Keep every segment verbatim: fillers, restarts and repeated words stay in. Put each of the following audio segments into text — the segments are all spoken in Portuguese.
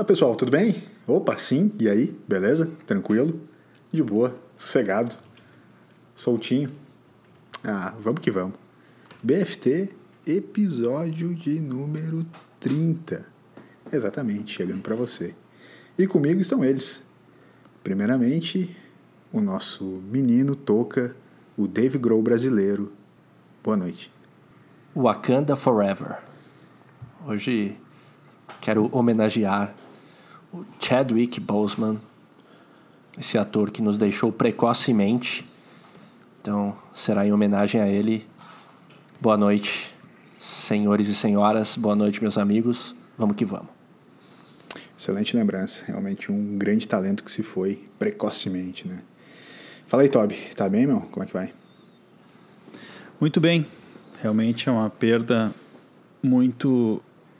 pessoal, tudo bem? Opa, sim, e aí? Beleza? Tranquilo? De boa, sossegado, soltinho. Ah, vamos que vamos. B F T, episódio de número trinta. Exatamente, chegando para você. E comigo estão eles. Primeiramente, o nosso menino toca, o Dave Grohl brasileiro. Boa noite. Wakanda Forever. Hoje quero homenagear o Chadwick Boseman, esse ator que nos deixou precocemente. Então, será em homenagem a ele. Boa noite, senhores e senhoras. Boa noite, meus amigos. Vamos que vamos. Excelente lembrança. Realmente um grande talento que se foi precocemente, né? Fala aí, Toby. Tá bem, meu? Como é que vai? Muito bem. Realmente é uma perda muito,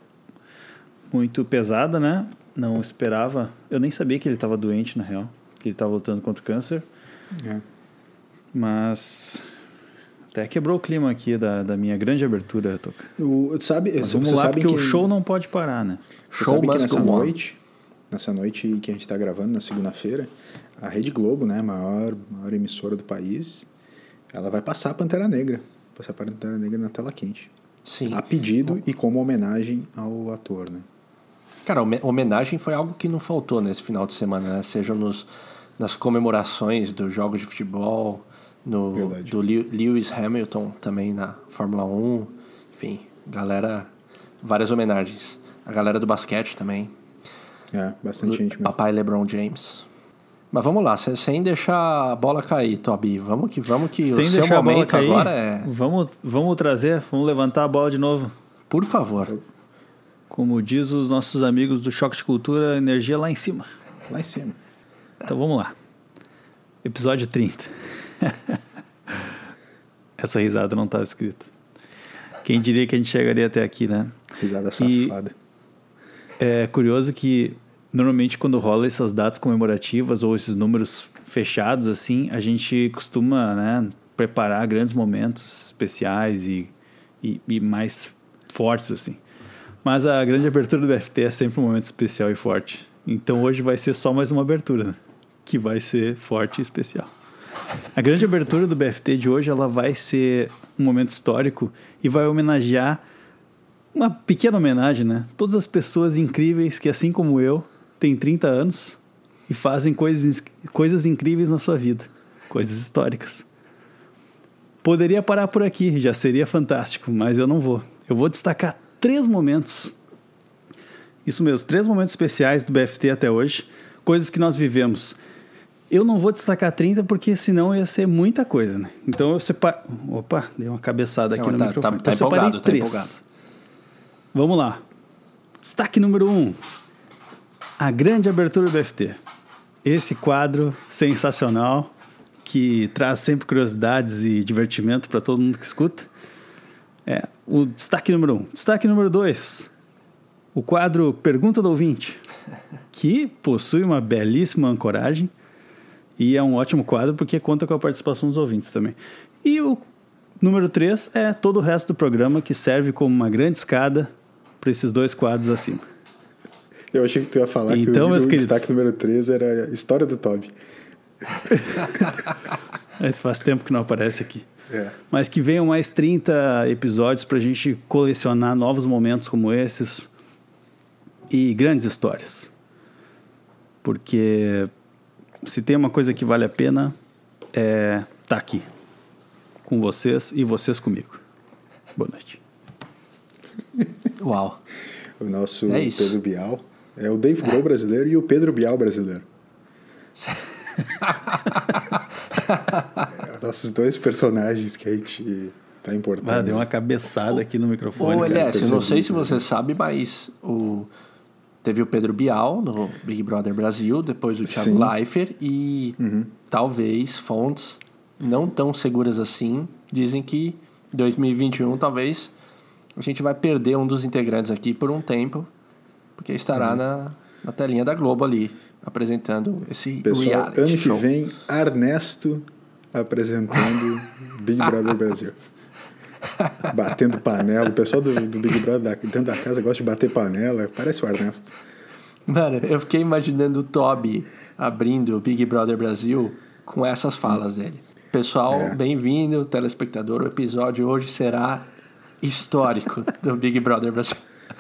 muito pesada, né? Não esperava. Eu nem sabia que ele estava doente, na real. Que ele estava lutando contra o câncer. É. Mas até quebrou o clima aqui da, da minha grande abertura, Toca. O, sabe, Mas você vamos lá, sabe porque que o show não pode parar, né? Você Show sabe que must nessa go on. noite, nessa noite que a gente está gravando, na segunda-feira, a Rede Globo, né, a maior, maior emissora do país, ela vai passar a Pantera Negra. Passar a Pantera Negra na tela quente. Sim. A pedido e como homenagem ao ator, né? Cara, a homenagem foi algo que não faltou nesse final de semana, né? Seja nos, nas comemorações dos jogos de futebol, no, Verdade. do Lewis Hamilton também na Fórmula um. Enfim, galera, várias homenagens. A galera do basquete também. É, bastante gente mesmo. Papai LeBron James. Mas vamos lá, sem, sem deixar a bola cair, Toby. Vamos que vamos que Sem o seu deixar a bola momento cair, agora é... Vamos, vamos trazer, vamos levantar a bola de novo. Por favor. Como diz os nossos amigos do Choque de Cultura, energia lá em cima. Lá em cima. Então vamos lá. Episódio trinta. Essa risada não estava escrita. Quem diria que a gente chegaria até aqui, né? Risada E safada. é curioso que normalmente quando rola essas datas comemorativas ou esses números fechados assim, a gente costuma, né, preparar grandes momentos especiais e, e, e mais fortes assim. Mas a grande abertura do B F T é sempre um momento especial e forte. Então hoje vai ser só mais uma abertura, né? Que vai ser forte e especial. A grande abertura do B F T de hoje, ela vai ser um momento histórico e vai homenagear, uma pequena homenagem, né? Todas as pessoas incríveis que, assim como eu, têm trinta anos e fazem coisas, coisas incríveis na sua vida. Coisas históricas. Poderia parar por aqui, já seria fantástico, mas eu não vou. Eu vou destacar três momentos. Isso mesmo, três momentos especiais do B F T até hoje. Coisas que nós vivemos. Eu não vou destacar trinta porque senão ia ser muita coisa, né? Então eu separo... Opa, dei uma cabeçada aqui Não, no tá, microfone. tá, tá eu separei empolgado, tá três. empolgado. Vamos lá. Destaque número um. A grande abertura do B F T. Esse quadro sensacional que traz sempre curiosidades e divertimento para todo mundo que escuta. É o destaque número um. Destaque número dois. O quadro Pergunta do Ouvinte, que possui uma belíssima ancoragem e é um ótimo quadro porque conta com a participação dos ouvintes também. E o número três é todo o resto do programa que serve como uma grande escada para esses dois quadros acima. Eu achei que tu ia falar Então, que o, meus o queridos, destaque número três era a história do Toby. Mas faz tempo que não aparece aqui. É. Mas que venham mais trinta episódios para a gente colecionar novos momentos como esses e grandes histórias. Porque se tem uma coisa que vale a pena é estar aqui com vocês e vocês comigo. Boa noite. Uau. O nosso É isso. Pedro Bial. É o Dave Grohl brasileiro e o Pedro Bial brasileiro. É, nossos dois personagens que a gente tá importando. Ah, deu uma cabeçada aqui no microfone. Ô, cara. Elias, eu não sei se percebi. você sabe, mas o... teve o Pedro Bial no Big Brother Brasil, depois o Thiago Sim. Leifert e talvez fontes não tão seguras assim dizem que em dois mil e vinte e um talvez a gente vai perder um dos integrantes aqui por um tempo, porque estará Uhum. na, na telinha da Globo ali, apresentando esse Pessoal, reality ano show. que vem, Ernesto apresentando Big Brother Brasil. Batendo panela. O pessoal do, do Big Brother da, dentro da casa gosta de bater panela. Parece o Ernesto. Mano, eu fiquei imaginando o Toby abrindo o Big Brother Brasil com essas falas dele. Pessoal, É. bem-vindo, telespectador. O episódio hoje será histórico do Big Brother Brasil.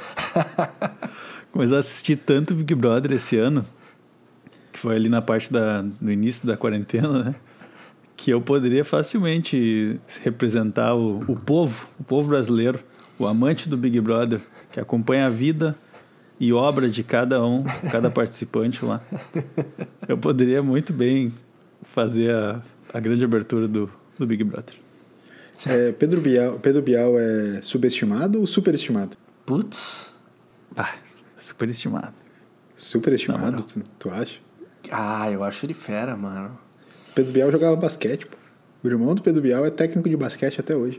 Mas eu assisti tanto Big Brother esse ano, que foi ali na parte da, do início da quarentena, né? Que eu poderia facilmente representar o, o povo, o povo brasileiro, o amante do Big Brother, que acompanha a vida e obra de cada um, cada participante lá. Eu poderia muito bem fazer a, a grande abertura do, do Big Brother. É, Pedro Bial, Pedro Bial é subestimado ou superestimado? Putz. Ah, superestimado. Superestimado, tu, tu acha? Ah, eu acho ele fera, mano. Pedro Bial jogava basquete, pô. O irmão do Pedro Bial é técnico de basquete até hoje.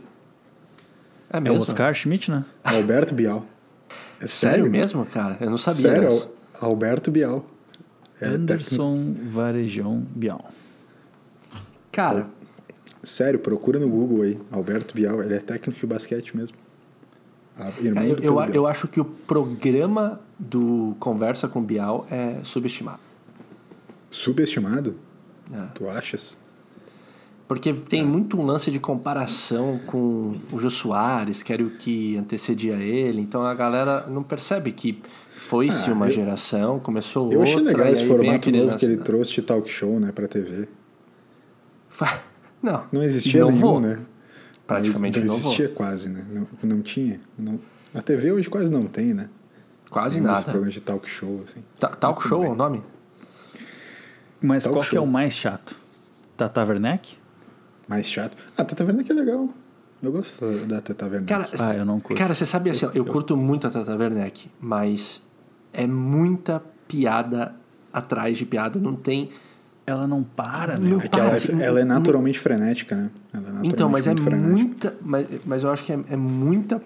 É É mesmo? o Oscar Schmidt, né? Alberto Bial. É Sério mesmo, cara? Eu não sabia. Sério, dessa. Al- Alberto Bial. É Anderson Varejão Bial. Cara, técnico- Sério, procura no Google aí. Alberto Bial, ele é técnico de basquete mesmo. A irmã eu, do eu, Pedro Bial. eu acho que o programa do Conversa com Bial é subestimado. Subestimado? É. Tu achas? Porque tem muito um lance de comparação com o Jô Soares, que era o que antecedia ele. Então a galera não percebe que foi-se Ah, uma eu- geração, começou Eu outra. achei legal e esse aí vem formato aquele novo lance que ele da- trouxe de talk show, né, pra T V. Fa- Não, Não existia inovou. nenhum, né? Praticamente não inovou. existia quase, né? Não, não tinha. Não... A T V hoje quase não tem, né? Quase Nenhum desses nada. programas de talk show, assim. Ta- Talk Tudo show bem. é o nome? Mas Talk qual que é show. o mais chato? Tata Werneck? Mais chato. Ah, Tata Werneck é legal. Eu gosto da Tata Werneck. Cara, Ah, eu não curto. Cara, você sabe assim, ó, eu curto muito a Tata Werneck, mas é muita piada atrás de piada. Não tem. Ela não para, Não meu. É que ela, para, é- ela é naturalmente frenética, né? Ela é naturalmente Então, mas é muito frenética. muita. Mas, mas eu acho que é, é muita.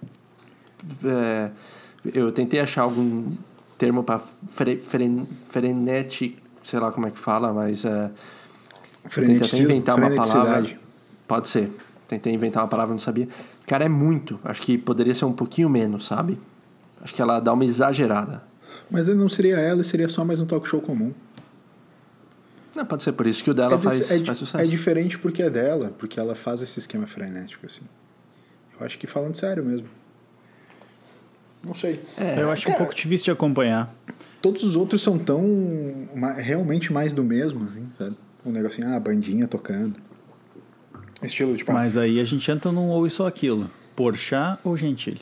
é, eu tentei achar algum termo para fre, fren, frenético, sei lá como é que fala, mas. É, eu tentei até Freneticismo, inventar uma palavra. freneticidade. Pode ser. Tentei inventar uma palavra, não sabia. Cara, é muito. Acho que poderia ser um pouquinho menos, sabe? Acho que ela dá uma exagerada. Mas não seria ela, seria só mais um talk show comum. Não, pode ser por isso que o dela é, faz, desse- é, di- faz sucesso. é diferente porque é dela, porque ela faz esse esquema frenético, assim. Eu acho que falando sério mesmo. Não sei. É, Eu acho um cara, pouco difícil de acompanhar. Todos os outros são tão ma- realmente mais do mesmo, assim, sabe? Um negocinho, ah, bandinha tocando. Estilo, tipo, ah, Mas aí a gente entra num ou isso ou aquilo. Porchat ou Gentili?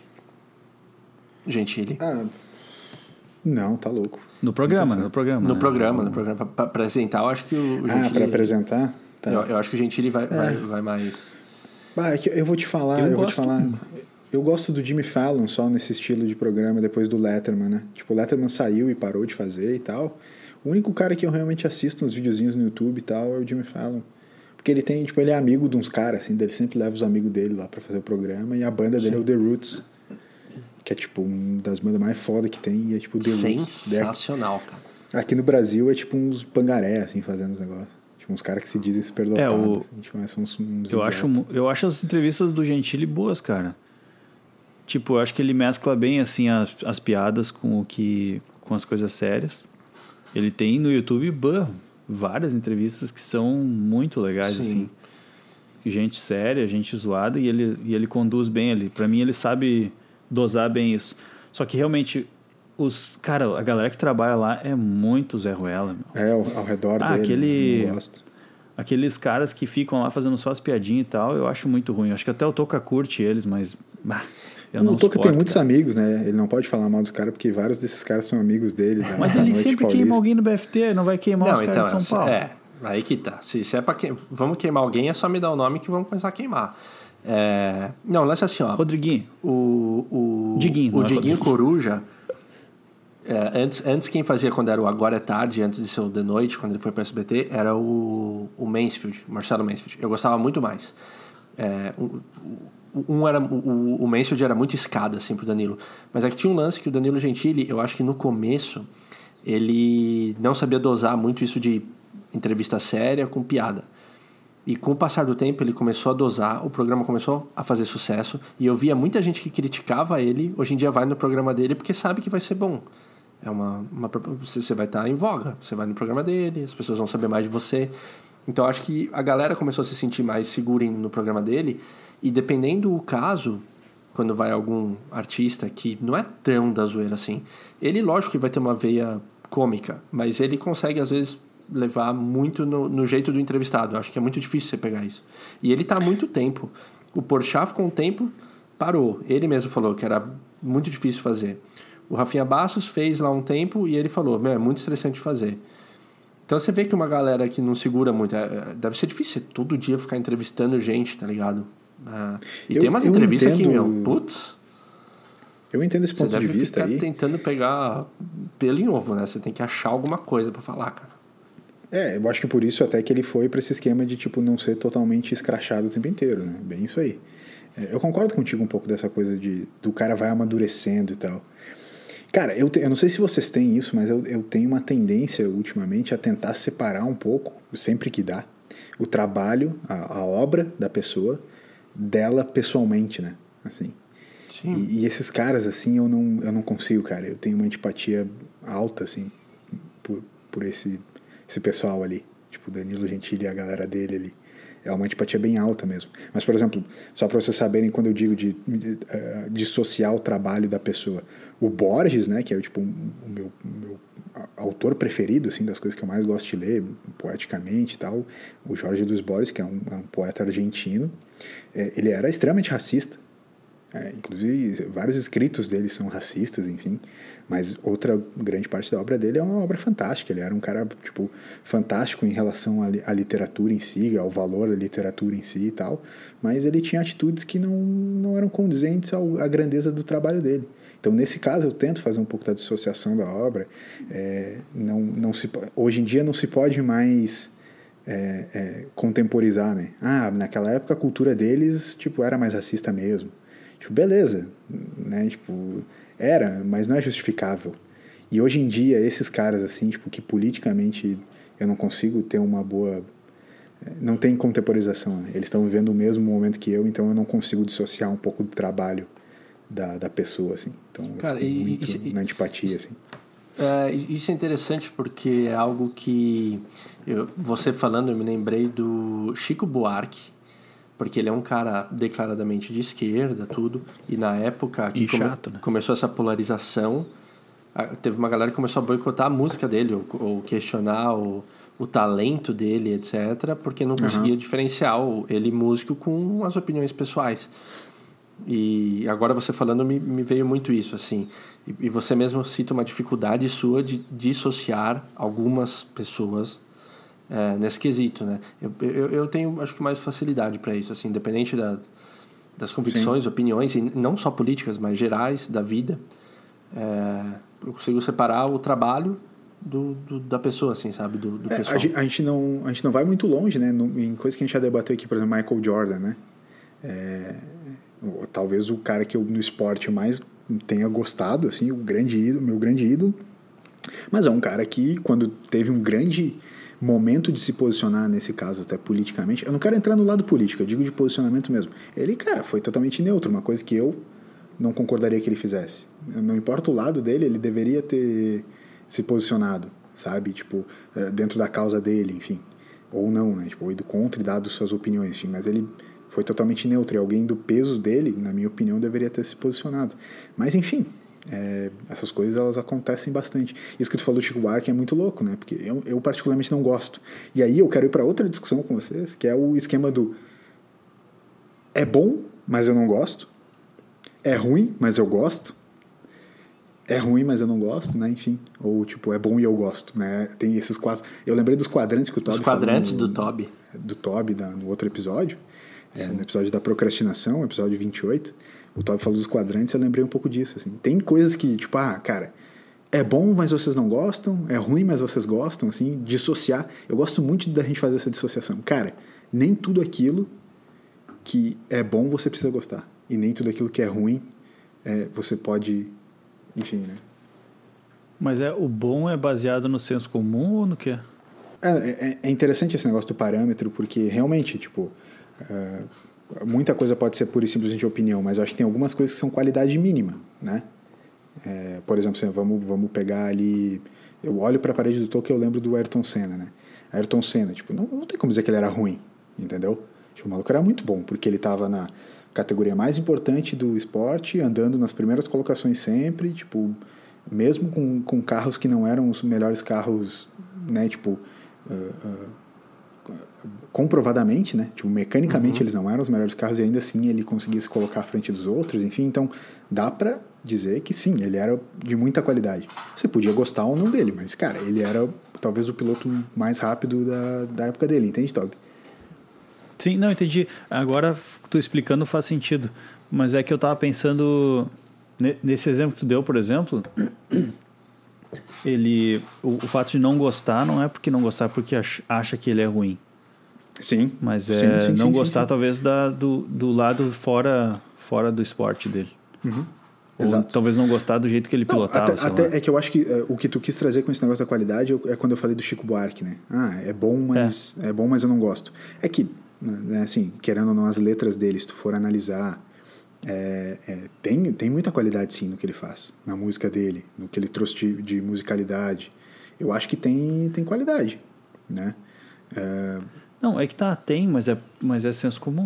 Gentili. ah, não, tá louco. No programa, Não no programa. No né? programa, no programa. Pra, pra apresentar, eu acho que o, o Ah, Gentili... pra apresentar? Tá. Eu, eu acho que o Gentili vai, vai, vai mais... Bah, é que eu vou te falar, Eu eu, vou te gosto- falar. Eu gosto do Jimmy Fallon só nesse estilo de programa depois do Letterman, né? Tipo, o Letterman saiu e parou de fazer e tal. O único cara que eu realmente assisto uns videozinhos no YouTube e tal é o Jimmy Fallon. Porque ele tem, tipo, ele é amigo de uns caras, assim, ele sempre leva os amigos dele lá pra fazer o programa e a banda dele é o The Roots. Que é, tipo, uma das bandas mais foda que tem e é, tipo, The Roots. Sensacional, cara. Aqui no Brasil é, tipo, uns pangaré, assim, fazendo os negócios. Tipo, uns caras que se dizem superdotados. É, o- assim, tipo, mas são uns, uns Eu acho, idiotas. mu- eu acho as entrevistas do Gentili boas, cara. Tipo, eu acho que ele mescla bem, assim, as, as piadas com o que... com as coisas sérias. Ele tem no YouTube, bah, várias entrevistas que são muito legais, Sim. assim. Gente séria, gente zoada, e ele, e ele conduz bem ali. Pra mim, ele sabe dosar bem isso. Só que, realmente, os... Cara, a galera que trabalha lá é muito Zé Ruela, meu. É, ao, ao redor Ah, dele. aquele- Eu gosto. Aqueles caras que ficam lá fazendo só as piadinhas e tal, eu acho muito ruim. Eu acho que até o Toca curte eles, mas... Bah, eu não o Toca suporto, tem muitos cara. amigos, né? Ele não pode falar mal dos caras, porque vários desses caras são amigos dele. Da, Mas da ele noite sempre paulista. queima alguém no B F T, não vai queimar os caras de São essa- Paulo. É, aí que tá. Se, se é pra que... vamos queimar alguém, é só me dar o nome que vamos começar a queimar. É... Não, lance assim, ó. Rodriguinho, O, o, Diguinho, o não é Diguinho Rodrigo. Coruja, é, antes, antes quem fazia quando era o Agora é Tarde, antes de ser o The Noite, quando ele foi para o S B T, era o, o Mansfield, o Marcelo Mansfield. Eu gostava muito mais. É, um, um era, o, o Mansfield era muito escada assim, pro Danilo. Mas é que tinha um lance que o Danilo Gentili, eu acho que no começo, ele não sabia dosar muito isso de entrevista séria com piada. E com o passar do tempo ele começou a dosar, o programa começou a fazer sucesso e eu via muita gente que criticava ele, hoje em dia vai no programa dele porque sabe que vai ser bom. É uma, uma, você vai estar em voga, você vai no programa dele, as pessoas vão saber mais de você. Então, acho que a galera começou a se sentir mais segura no programa dele, e dependendo do caso, quando vai algum artista que não é tão da zoeira assim, ele, lógico que vai ter uma veia cômica, mas ele consegue, às vezes, levar muito no, no jeito do entrevistado. Eu acho que é muito difícil você pegar isso. E ele tá há muito tempo. O Porchat, com o tempo, parou. Ele mesmo falou que era muito difícil fazer. O Rafinha Bastos fez lá um tempo e ele falou, meu, é muito estressante de fazer. Então você vê que uma galera que não segura muito, é, deve ser difícil você todo dia ficar entrevistando gente, tá ligado? É, e eu, tem umas entrevistas entendo... que, meu, putz... Eu entendo esse ponto de vista aí. Você deve ficar tentando pegar pelo em ovo, né? Você tem que achar alguma coisa pra falar, cara. É, eu acho que por isso até que ele foi pra esse esquema de, tipo, não ser totalmente escrachado o tempo inteiro, né? Bem isso aí. É, eu concordo contigo um pouco dessa coisa de do cara vai amadurecendo e tal. Cara, eu, te, eu não sei se vocês têm isso, mas eu, eu tenho uma tendência ultimamente a tentar separar um pouco, sempre que dá, o trabalho, a, a obra da pessoa, dela pessoalmente, né? Assim. Sim. E, e esses caras, assim, eu não, eu não consigo, cara. Eu tenho uma antipatia alta, assim, por, por esse, esse pessoal ali. Tipo, Danilo Gentili e a galera dele ali. É uma antipatia bem alta mesmo. Mas, por exemplo, só para vocês saberem, quando eu digo de uh, dissociar o trabalho da pessoa, o Borges, né, que é tipo, o meu, meu autor preferido, assim, das coisas que eu mais gosto de ler, poeticamente e tal, o Jorge Luis Borges, que é um, é um poeta argentino, é, ele era extremamente racista. É, inclusive, vários escritos dele são racistas, enfim. Mas outra grande parte da obra dele é uma obra fantástica. Ele era um cara, tipo, fantástico em relação à, à literatura em si, ao valor da literatura em si e tal. Mas ele tinha atitudes que não, não eram condizentes ao, à grandeza do trabalho dele. Então, nesse caso, eu tento fazer um pouco da dissociação da obra. É, não, não se, hoje em dia não se pode mais é, é, contemporizar, né? Ah, naquela época a cultura deles, tipo, era mais racista mesmo. Tipo, beleza, né? Tipo, era, mas não é justificável. E hoje em dia, esses caras, assim, tipo, que politicamente eu não consigo ter uma boa... Não tem contemporização, né? Eles estão vivendo o mesmo momento que eu, então eu não consigo dissociar um pouco do trabalho da, da pessoa, assim. Então, cara, eu e, muito isso, na antipatia, isso, assim. É, isso é interessante porque é algo que... Eu, você falando, eu me lembrei do Chico Buarque, porque ele é um cara declaradamente de esquerda, tudo, e na época que come, chato, né? começou essa polarização, teve uma galera que começou a boicotar a música dele, ou, ou questionar o, o talento dele, etcétera, porque não conseguia uhum. diferenciar o, ele músico com as opiniões pessoais. E agora você falando, me, me veio muito isso, assim, e, e você mesmo cita uma dificuldade sua de dissociar algumas pessoas É, nesse quesito, né? Eu, eu, eu tenho, acho que mais facilidade para isso, assim, independente da, das convicções, Sim. opiniões, e não só políticas, mas gerais, da vida, é, eu consigo separar o trabalho do, do, da pessoa, assim, sabe? Do, do é, pessoal. A gente, a, gente não, a gente não vai muito longe, né? No, em coisas que a gente já debateu aqui, por exemplo, Michael Jordan, né? É, talvez o cara que eu no esporte mais tenha gostado, assim, o grande ídolo, meu grande ídolo, mas é um cara que, quando teve um grande momento de se posicionar, nesse caso até politicamente, eu não quero entrar no lado político, eu digo de posicionamento mesmo, ele, cara, foi totalmente neutro, uma coisa que eu não concordaria que ele fizesse. Não importa o lado dele, ele deveria ter se posicionado, sabe, tipo, dentro da causa dele, enfim, ou não, né, tipo, ido contra e dado suas opiniões, enfim, mas ele foi totalmente neutro, e alguém do peso dele, na minha opinião, deveria ter se posicionado. Mas, enfim, É, essas coisas elas acontecem bastante. Isso que tu falou do Chico Buarque é muito louco, né? Porque eu, eu particularmente não gosto. E aí eu quero ir para outra discussão com vocês, que é o esquema do é bom, mas eu não gosto. É ruim, mas eu gosto. É ruim, mas eu não gosto, né? Enfim. Ou tipo, é bom e eu gosto, né? Tem esses quatro. Eu lembrei dos quadrantes que o Toby Os quadrantes falou no, do Toby. Do Toby da, no outro episódio. É, no episódio da procrastinação, episódio vinte e oito. O Toby falou dos quadrantes, eu lembrei um pouco disso, assim. Tem coisas que, tipo, ah, cara, é bom, mas vocês não gostam, é ruim, mas vocês gostam, assim, dissociar. Eu gosto muito da gente fazer essa dissociação. Cara, nem tudo aquilo que é bom você precisa gostar. E nem tudo aquilo que é ruim é, você pode, enfim, né? Mas é, o bom é baseado no senso comum ou no quê? É, é, é interessante esse negócio do parâmetro, porque realmente, tipo... Uh, muita coisa pode ser pura e simplesmente opinião, mas eu acho que tem algumas coisas que são qualidade mínima, né? É, por exemplo, assim, vamos, vamos pegar ali... Eu olho pra parede do toque e eu lembro do Ayrton Senna, né? Ayrton Senna, tipo, não, não tem como dizer que ele era ruim, entendeu? Tipo, o maluco era muito bom, porque ele tava na categoria mais importante do esporte, andando nas primeiras colocações sempre, tipo, mesmo com, com carros que não eram os melhores carros, né, tipo, uh, uh, comprovadamente, né, tipo, mecanicamente uhum. eles não eram os melhores carros e ainda assim ele conseguia se colocar à frente dos outros, enfim, então dá pra dizer que sim, ele era de muita qualidade. Você podia gostar ou não dele, mas, cara, ele era talvez o piloto mais rápido da, da época dele, entende, Toby? Sim, não, entendi. Agora, tu explicando faz sentido. Mas é que eu tava pensando... Nesse exemplo que tu deu, por exemplo... ele... O, o fato de não gostar não é porque não gostar, porque acha que ele é ruim. Sim. Mas é sim, sim, não sim, gostar, sim, sim. talvez, da, do, do lado fora, fora do esporte dele. Uhum. Ou Exato. talvez não gostar do jeito que ele não, pilotava, até, sei até lá. é que eu acho que uh, o que tu quis trazer com esse negócio da qualidade é quando eu falei do Chico Buarque, né? Ah, é bom, mas é, é bom, mas eu não gosto. É que, né, assim, querendo ou não, as letras dele, se tu for analisar, é, é, tem, tem muita qualidade, sim, no que ele faz. Na música dele, no que ele trouxe de, de musicalidade. Eu acho que tem, tem qualidade, né? É... Não, é que tá, tem, mas é, mas é senso comum.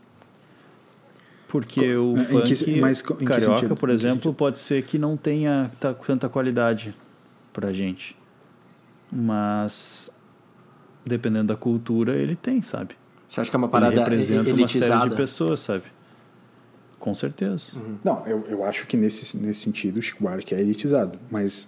Porque Co- o em funk que, mas, em carioca, que sentido? por Em que exemplo, sentido? pode ser que não tenha ta- tanta qualidade pra gente. Mas, dependendo da cultura, ele tem, sabe? Você acha que é uma Ele parada representa uma série de elitizada? pessoas, sabe? Com certeza. Uhum. Não, eu, eu acho que nesse, nesse sentido o Chico Buarque é elitizado, mas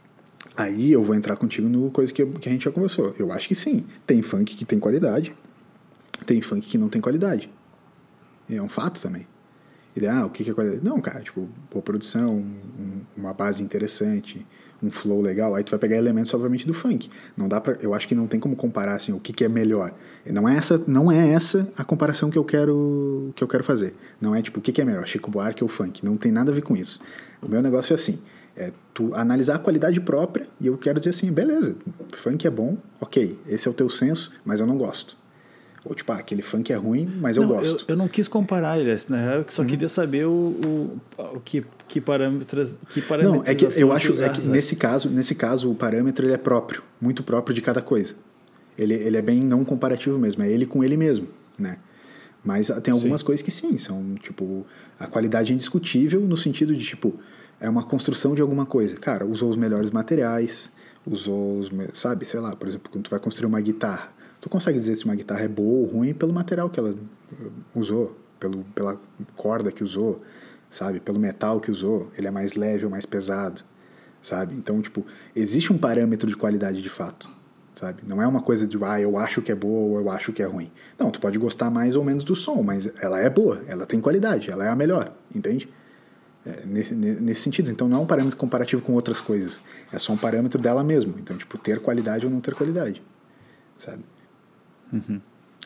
aí eu vou entrar contigo no coisa que, que a gente já conversou. Eu acho que sim, tem funk que tem qualidade, tem funk que não tem qualidade. E é um fato também. E daí, ah, o que que é qualidade? Não, cara, tipo, boa produção, um, uma base interessante, um flow legal, aí tu vai pegar elementos, obviamente, do funk. Não dá pra, eu acho que não tem como comparar, assim, o que que é melhor. E não é essa, não é essa a comparação que eu quero, que eu quero fazer. Não é, tipo, o que que é melhor, Chico Buarque ou funk. Não tem nada a ver com isso. O meu negócio é assim, é tu analisar a qualidade própria e eu quero dizer assim, beleza, funk é bom, ok, esse é o teu senso, mas eu não gosto. Ou tipo, ah, aquele funk é ruim, mas eu não, gosto. Eu, eu não quis comparar ele, na real, eu só uhum. queria saber o, o, o que, que parâmetros que Não, é que eu acho usar, é que nesse caso, nesse caso o parâmetro ele é próprio, muito próprio de cada coisa. Ele, ele é bem não comparativo mesmo, é ele com ele mesmo, né? Mas tem algumas sim. coisas que sim, são tipo a qualidade é indiscutível no sentido de tipo é uma construção de alguma coisa. Cara, usou os melhores materiais, usou os, sabe, sei lá, por exemplo, quando tu vai construir uma guitarra, tu consegue dizer se uma guitarra é boa ou ruim pelo material que ela usou, pelo, pela corda que usou, sabe? Pelo metal que usou. Ele é mais leve ou mais pesado, sabe? Então, tipo, existe um parâmetro de qualidade de fato, sabe? Não é uma coisa de, ah, eu acho que é boa ou eu acho que é ruim. Não, tu pode gostar mais ou menos do som, mas ela é boa, ela tem qualidade, ela é a melhor, entende? É, nesse, nesse sentido. Então, não é um parâmetro comparativo com outras coisas. É só um parâmetro dela mesmo. Então, tipo, ter qualidade ou não ter qualidade, sabe? Uhum.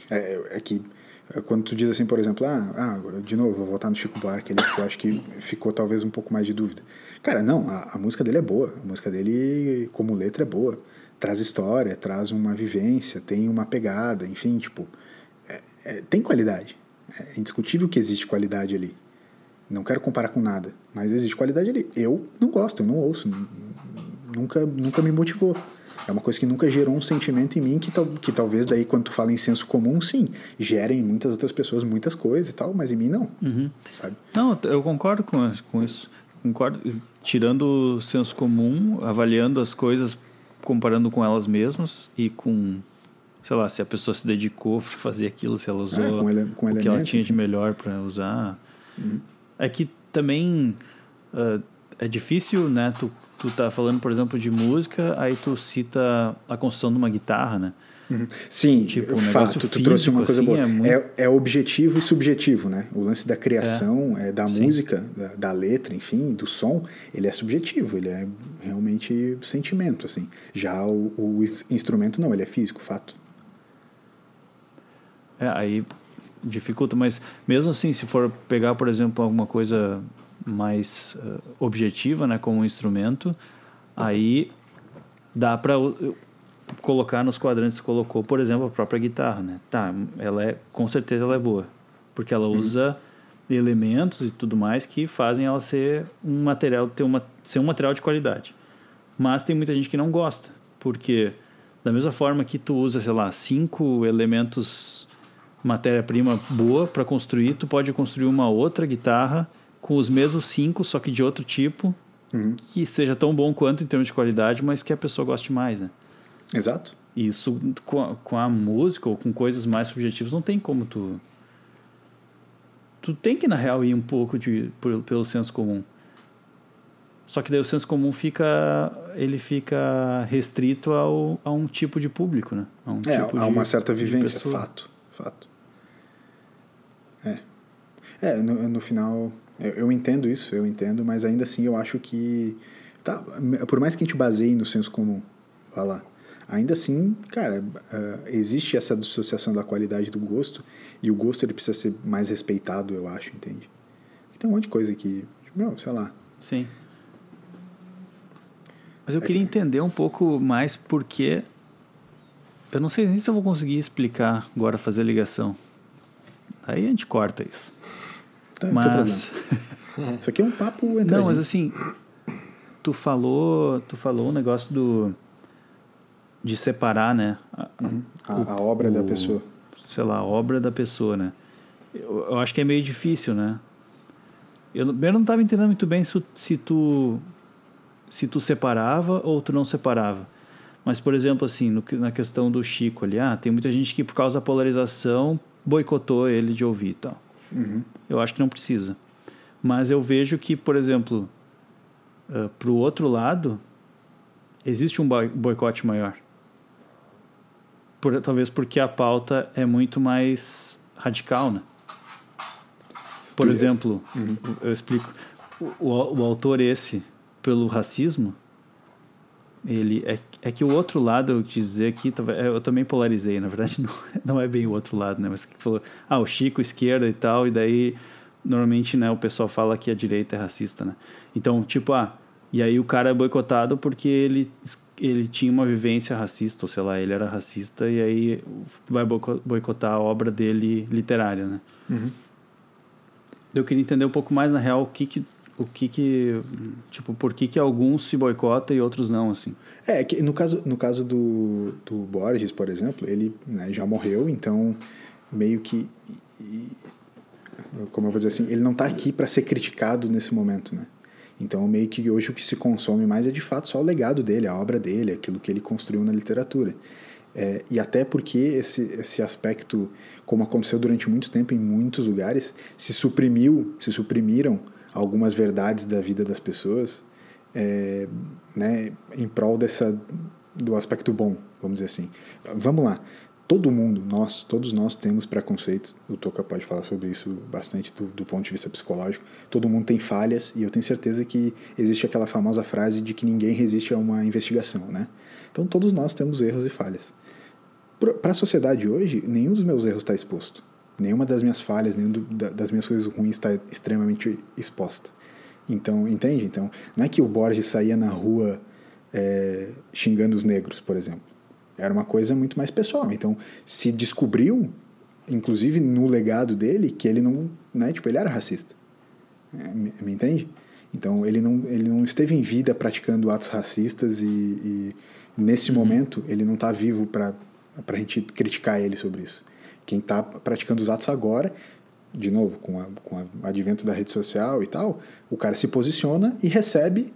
É, é que quando tu diz assim, por exemplo, ah, ah de novo, vou voltar no Chico Buarque ali, que eu acho que ficou talvez um pouco mais de dúvida. Cara, não, a, a música dele é boa, a música dele, como letra, é boa. Traz história, traz uma vivência, tem uma pegada, enfim, tipo, é, é, tem qualidade. É indiscutível que existe qualidade ali. Não quero comparar com nada, mas existe qualidade ali. Eu não gosto, eu não ouço, nunca, nunca me motivou. É uma coisa que nunca gerou um sentimento em mim que, que talvez daí, quando tu fala em senso comum, sim, gerem em muitas outras pessoas muitas coisas e tal, mas em mim não, uhum. sabe? Não, eu concordo com, com isso. Concordo, tirando o senso comum, avaliando as coisas, comparando com elas mesmas e com, sei lá, se a pessoa se dedicou para fazer aquilo, se ela usou é, com ele, com o elemento, que ela tinha enfim. de melhor para usar. Uhum. É que também... Uh, é difícil, né? Tu, tu tá falando, por exemplo, de música, aí tu cita a construção de uma guitarra, né? Uhum. Sim, tipo, um fato, tu trouxe uma coisa assim, boa. É, muito... é, é objetivo e subjetivo, né? O lance da criação, é. É, da Sim. música, da, da letra, enfim, do som, ele é subjetivo, ele é realmente sentimento, assim. Já o, o instrumento não, ele é físico, fato. É, aí dificulta, mas mesmo assim, se for pegar, por exemplo, alguma coisa mais uh, objetiva, né, como um instrumento, aí dá para uh, colocar nos quadrantes que colocou, por exemplo, a própria guitarra, né? Tá, ela é, com certeza ela é boa, porque ela usa uhum. elementos e tudo mais que fazem ela ser um material, ter uma ser um material de qualidade. Mas tem muita gente que não gosta, porque da mesma forma que tu usa, sei lá, cinco elementos, matéria-prima boa para construir, tu pode construir uma outra guitarra com os mesmos cinco, só que de outro tipo, uhum. que seja tão bom quanto em termos de qualidade, mas que a pessoa goste mais, né? Exato. E isso com a, com a música ou com coisas mais subjetivas não tem como tu... Tu tem que, na real, ir um pouco de, por, pelo senso comum. Só que daí o senso comum fica, ele fica restrito ao, a um tipo de público, né? A um é, tipo a de, uma certa vivência, fato, fato. É, é no, no final, eu, eu entendo isso, eu entendo, mas ainda assim eu acho que, tá, por mais que a gente baseie no senso comum, vai lá, ainda assim, cara, uh, existe essa dissociação da qualidade do gosto, e o gosto ele precisa ser mais respeitado, eu acho, entende? Tem um monte de coisa que, meu, sei lá. Sim. Mas eu queria entender um pouco mais porque eu não sei nem se eu vou conseguir explicar agora, fazer a ligação. Aí a gente corta isso. Tá, mas... não tem problema. Isso aqui é um papo entre Não, a mas gente. assim, tu falou, tu falou um negócio do de separar, né? A, uhum. a, o, a obra o, da pessoa. Sei lá, a obra da pessoa, né? Eu, eu acho que é meio difícil, né? Eu, eu não estava entendendo muito bem se, se tu se tu separava ou tu não separava. Mas, por exemplo, assim, no, na questão do Chico ali, ah, tem muita gente que por causa da polarização boicotou ele de ouvir e tal. Uhum. Eu acho que não precisa. Mas eu vejo que, por exemplo, uh, pro outro lado, existe um boicote maior. Por, talvez porque a pauta é muito mais radical, né? Por Por exemplo, uhum. eu explico, o, o, o autor esse, pelo racismo, ele é, é que o outro lado, eu te dizer aqui, eu também polarizei, na verdade não, não é bem o outro lado, né? Mas que falou, ah, o Chico, esquerda e tal, e daí normalmente, né, o pessoal fala que a direita é racista, né? Então, tipo, ah, e aí o cara é boicotado porque ele, ele tinha uma vivência racista, ou sei lá, ele era racista, e aí vai boicotar a obra dele literária, né? Uhum. Eu queria entender um pouco mais, na real, o que que, o que, que tipo, por que que alguns se boicotam e outros não, assim. É, que no caso, no caso do, do Borges, por exemplo, ele, né, já morreu, então meio que, e, como eu vou dizer assim, ele não está aqui para ser criticado nesse momento, né? Então meio que hoje o que se consome mais é de fato só o legado dele, a obra dele, aquilo que ele construiu na literatura. É, e até porque esse, esse aspecto, como aconteceu durante muito tempo em muitos lugares, se suprimiu, se suprimiram algumas verdades da vida das pessoas, é, né, em prol dessa, do aspecto bom, vamos dizer assim. Vamos lá, todo mundo, nós, todos nós temos preconceitos, o Toca pode falar sobre isso bastante do, do ponto de vista psicológico, todo mundo tem falhas, e eu tenho certeza que existe aquela famosa frase de que ninguém resiste a uma investigação, né? Então todos nós temos erros e falhas. Para a sociedade hoje, nenhum dos meus erros está exposto. Nenhuma das minhas falhas, nenhuma das minhas coisas ruins está extremamente exposta. Então, entende? Então, não é que o Borges saía na rua é, xingando os negros, por exemplo. Era uma coisa muito mais pessoal. Então, se descobriu, inclusive no legado dele, que ele não, né, tipo, ele era racista. Me, me entende? Então, ele não, ele não esteve em vida praticando atos racistas e, e nesse uhum. momento, ele não está vivo para para a gente criticar ele sobre isso. Quem está praticando os atos agora, de novo, com, a, com o advento da rede social e tal, o cara se posiciona e recebe,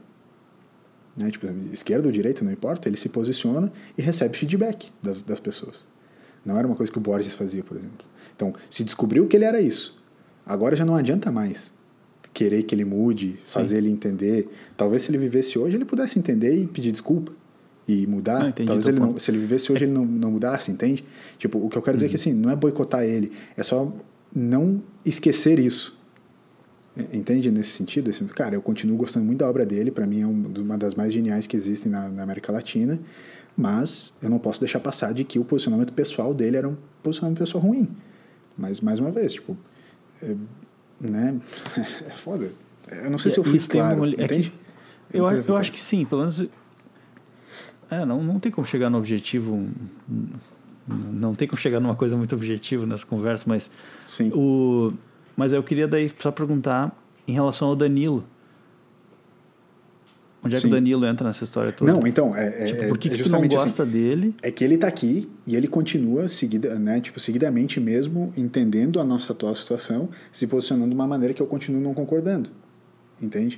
né, tipo, esquerda ou direita, não importa, ele se posiciona e recebe feedback das, das pessoas. Não era uma coisa que o Borges fazia, por exemplo. Então, se descobriu que ele era isso. Agora já não adianta mais querer que ele mude, fazer Sim. ele entender. Talvez se ele vivesse hoje, ele pudesse entender e pedir desculpa. E mudar, não, entendi, talvez ele não, se ele vivesse hoje ele não, não mudasse, entende? Tipo, o que eu quero dizer uhum. é que assim, não é boicotar ele, é só não esquecer isso. Entende nesse sentido? Esse, cara, eu continuo gostando muito da obra dele, para mim é uma das mais geniais que existem na, na América Latina, mas eu não posso deixar passar de que o posicionamento pessoal dele era um posicionamento pessoal ruim. Mas, mais uma vez, tipo, é, né? É foda. Eu não sei é, se eu fui claro, uma, entende? É que, eu eu, eu acho que sim, pelo menos... É, não, não tem como chegar no objetivo, não tem como chegar numa coisa muito objetiva nessa conversa, mas Sim. o, mas eu queria daí só perguntar em relação ao Danilo. Onde é que Sim. o Danilo entra nessa história toda? Não, então, é, tipo, é, por que, é que tu não justamente gosta assim, dele? É que ele tá aqui e ele continua seguida, né, tipo, seguidamente mesmo, entendendo a nossa atual situação, se posicionando de uma maneira que eu continuo não concordando. Entende?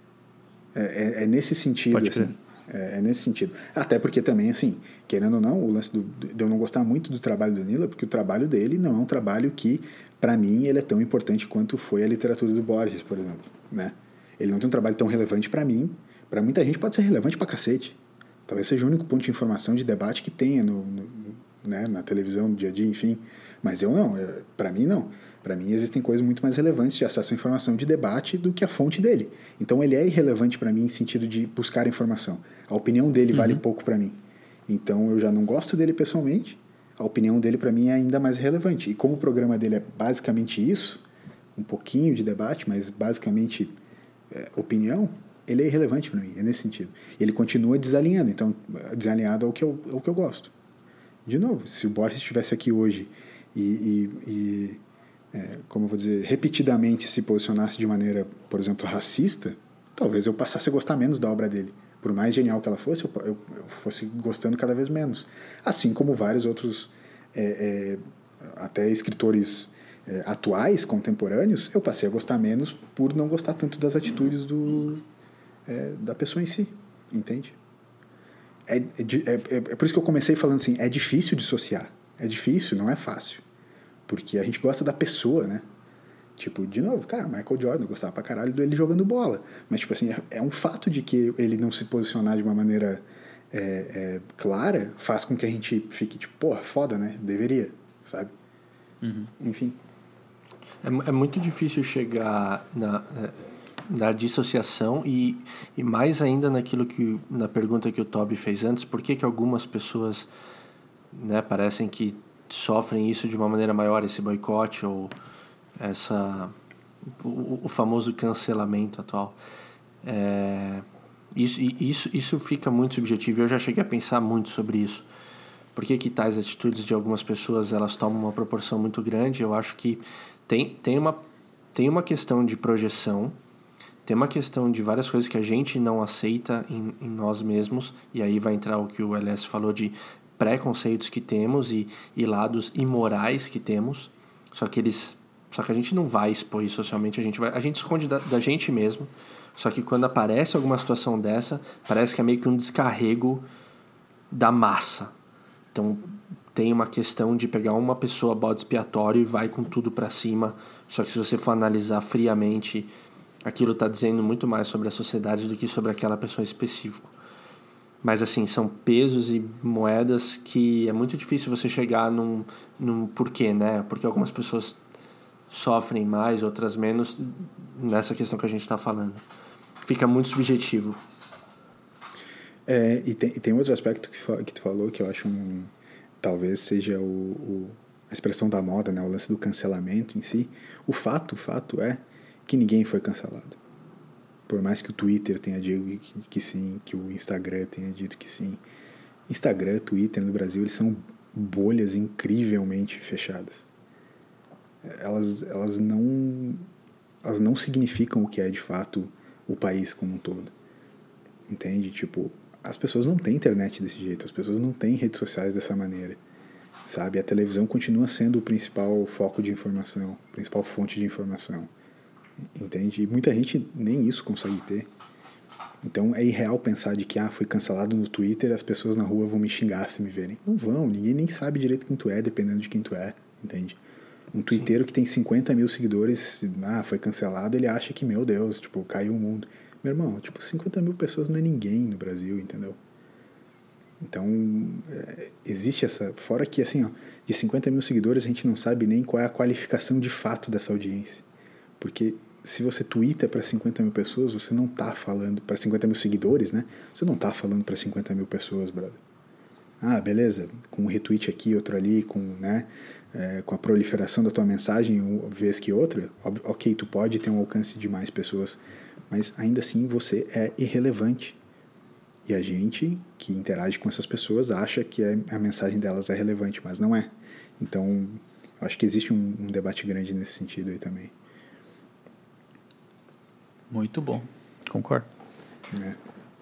É, é, é nesse sentido, Pode assim. crer. É, é nesse sentido. Até porque também, assim, querendo ou não, o lance do, de eu não gostar muito do trabalho do Danilo é porque o trabalho dele não é um trabalho que, para mim, ele é tão importante quanto foi a literatura do Borges, por exemplo, né? Ele não tem um trabalho tão relevante para mim. Para muita gente pode ser relevante pra cacete. Talvez seja o único ponto de informação, de debate que tenha no, no, né, na televisão, no dia a dia, enfim. Mas eu não, para mim não. Para mim existem coisas muito mais relevantes de acesso à informação, de debate, do que a fonte dele. Então ele é irrelevante para mim em sentido de buscar informação. A opinião dele vale Uhum. pouco para mim. Então eu já não gosto dele pessoalmente, a opinião dele para mim é ainda mais relevante. E como o programa dele é basicamente isso, um pouquinho de debate, mas basicamente é, opinião, ele é irrelevante para mim, é nesse sentido. E ele continua desalinhando, então, desalinhado ao que eu, ao que eu gosto. De novo, se o Borges estivesse aqui hoje e, e, e é, como eu vou dizer, repetidamente se posicionasse de maneira, por exemplo, racista, talvez eu passasse a gostar menos da obra dele. Por mais genial que ela fosse, eu, eu, eu fosse gostando cada vez menos. Assim como vários outros, é, é, até escritores é, atuais, contemporâneos, eu passei a gostar menos por não gostar tanto das atitudes do, é, da pessoa em si, entende? É, é, é, é por isso que eu comecei falando assim, é difícil dissociar. É difícil, não é fácil. Porque a gente gosta da pessoa, né? Tipo, de novo, cara, o Michael Jordan, eu gostava pra caralho dele jogando bola. Mas, tipo assim, é, é um fato de que ele não se posicionar de uma maneira é, é, clara faz com que a gente fique, tipo, porra, foda, né? Deveria, sabe? Uhum. Enfim. É, é muito difícil chegar na, na dissociação e, e mais ainda naquilo que, na pergunta que o Toby fez antes, por que que algumas pessoas, né, parecem que sofrem isso de uma maneira maior, esse boicote ou essa o, o famoso cancelamento atual. É, isso, isso, isso fica muito subjetivo. Eu já cheguei a pensar muito sobre isso. Por que que tais atitudes de algumas pessoas elas tomam uma proporção muito grande? Eu acho que tem, tem, uma, tem uma questão de projeção, tem uma questão de várias coisas que a gente não aceita em, em nós mesmos, e aí vai entrar o que o L S falou de preconceitos que temos e, e lados imorais que temos, só que eles só que a gente não vai expor isso socialmente, a gente vai a gente esconde da, da gente mesmo, só que quando aparece alguma situação dessa, parece que é meio que um descarrego da massa. Então tem uma questão de pegar uma pessoa bode expiatório e vai com tudo pra cima, só que se você for analisar friamente, aquilo está dizendo muito mais sobre a sociedade do que sobre aquela pessoa específica. Mas, assim, são pesos e moedas que é muito difícil você chegar num, num porquê, né? Porque algumas pessoas sofrem mais, outras menos, nessa questão que a gente está falando. Fica muito subjetivo. É, e, tem, e tem outro aspecto que, que tu falou que eu acho um, talvez seja o, o, a expressão da moda, né? O lance do cancelamento em si. O fato, o fato é que ninguém foi cancelado. Por mais que o Twitter tenha dito que, que sim, que o Instagram tenha dito que sim. Instagram, Twitter no Brasil, eles são bolhas incrivelmente fechadas. Elas, elas, não, elas não significam o que é de fato o país como um todo. Entende? Tipo, as pessoas não têm internet desse jeito, as pessoas não têm redes sociais dessa maneira. Sabe? A televisão continua sendo o principal foco de informação, a principal fonte de informação. Entende? E muita gente nem isso consegue ter. Então é irreal pensar de que ah, foi cancelado no Twitter, as pessoas na rua vão me xingar se me verem. Não vão, ninguém nem sabe direito quem tu é, dependendo de quem tu é, entende? Um twitteiro que tem cinquenta mil seguidores, ah, foi cancelado, ele acha que, meu Deus, tipo, caiu o mundo. Meu irmão, tipo, cinquenta mil pessoas não é ninguém no Brasil, entendeu? Então, é, existe essa... Fora que, assim, ó, de cinquenta mil seguidores, a gente não sabe nem qual é a qualificação de fato dessa audiência. Porque se você twitta para cinquenta mil pessoas, você não tá falando para cinquenta mil seguidores, né? Você não tá falando para cinquenta mil pessoas, brother. Ah, beleza, com um retweet aqui, outro ali, com, né, é, com a proliferação da tua mensagem, uma vez que outra, ok, tu pode ter um alcance de mais pessoas, mas ainda assim você é irrelevante. E a gente que interage com essas pessoas acha que a mensagem delas é relevante, mas não é. Então, acho que existe um, um debate grande nesse sentido aí também. Muito bom, concordo. É.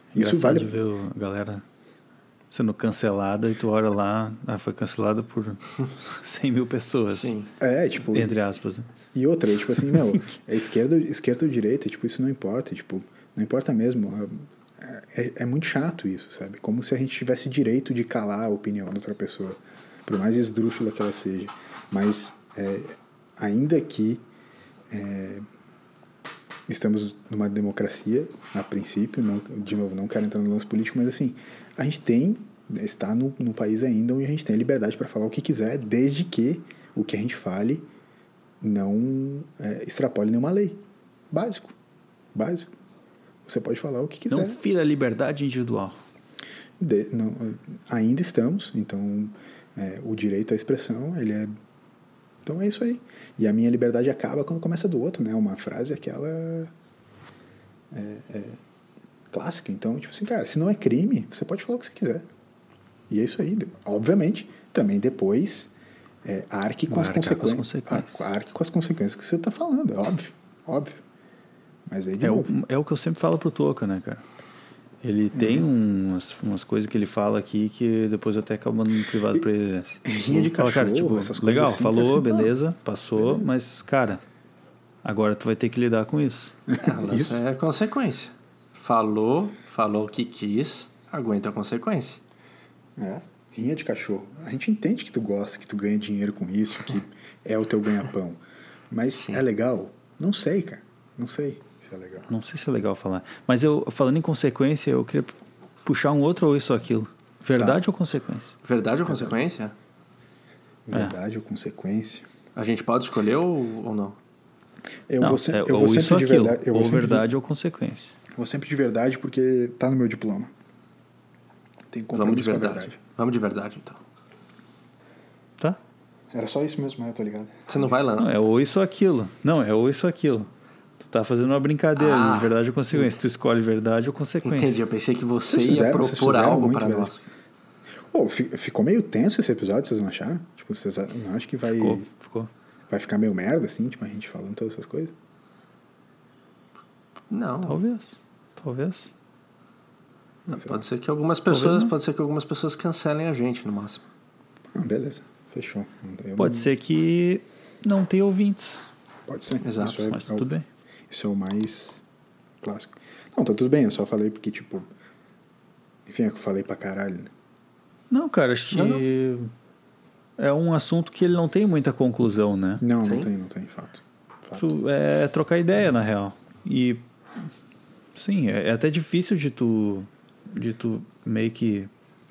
Isso Engraçado vale... de ver a galera sendo cancelada e tu olha lá, ah, foi cancelada por cem mil pessoas. Sim. É, tipo... Entre aspas. Né? E outra, tipo assim, meu, é esquerda, esquerda ou direita, tipo, isso não importa, tipo, não importa mesmo. É, é muito chato isso, sabe? Como se a gente tivesse direito de calar a opinião da outra pessoa, por mais esdrúxula que ela seja. Mas, é, ainda que é, estamos numa democracia, a princípio, não, de novo, não quero entrar no lance político, mas assim, a gente tem, está no, no país ainda onde a gente tem a liberdade para falar o que quiser, desde que o que a gente fale não é, extrapole nenhuma lei. Básico. Básico. Você pode falar o que quiser. Não fira a liberdade individual. De, não, ainda estamos, então é, o direito à expressão, ele é... Então é isso aí. E a minha liberdade acaba quando começa do outro, né? Uma frase aquela... É, é, clássica. Então, tipo assim, cara, se não é crime, você pode falar o que você quiser. E é isso aí. Obviamente, também depois... É, arque com as, consequências, com as consequências. Arque com as consequências que você está falando, é óbvio, óbvio. Mas aí de é, novo. O, é o que eu sempre falo pro Toca, né, cara? Ele tem uhum. umas, umas coisas que ele fala aqui que depois eu até acabo mandando no privado e, pra ele. Assim. Rinha de cachorro, fala, cara, tipo, essas coisas legal, assim, falou, assim, beleza, não, passou, beleza. Mas, cara, agora tu vai ter que lidar com isso. É, isso é consequência. Falou, falou o que quis, aguenta a consequência. É. Rinha de cachorro. A gente entende que tu gosta, que tu ganha dinheiro com isso, que é o teu ganha-pão. Mas Sim. é legal? Não sei, cara. Não sei se é legal. Não sei se é legal falar. Mas eu, falando em consequência, eu queria puxar um outro ou isso ou aquilo. Verdade tá. ou consequência? Verdade ou consequência? Verdade é. ou consequência? A gente pode escolher ou, ou não? Eu não, vou, se, é, eu vou sempre isso de aquilo, verdade. Eu ou vou verdade de, ou consequência. Vou sempre de verdade porque tá no meu diploma. Tem compromisso Vamos de verdade. com a verdade. Vamos de verdade, então. Tá. Era só isso mesmo, né? Tô ligado. Você não vai lá, não? Não, é ou isso ou aquilo. Não, é ou isso ou aquilo. Tu tá fazendo uma brincadeira ah, de verdade ou consequência. Tu escolhe verdade ou consequência. Entendi, eu pensei que você vocês fizeram, ia propor algo para nós. Oh, ficou meio tenso esse episódio, vocês não acharam? Tipo, vocês não acham que vai... Ficou, ficou. Vai ficar meio merda, assim, tipo, a gente falando todas essas coisas? Não. Talvez. Talvez. Não, pode ser que algumas pessoas, pode ser que algumas pessoas cancelem a gente, no máximo. Ah, beleza. Fechou. Eu pode não... ser que não tenha ouvintes. Pode ser. Exato. Isso é, mas é tudo o, bem. Isso é o mais clássico. Não, tá tudo bem, eu só falei porque, tipo... Enfim, é que eu falei pra caralho, né? Não, cara, acho que não, não. é um assunto que ele não tem muita conclusão, né? Não, Sim. não tem, não tem, fato. fato. É trocar ideia, na real. E, sim, é até difícil de tu, de tu meio que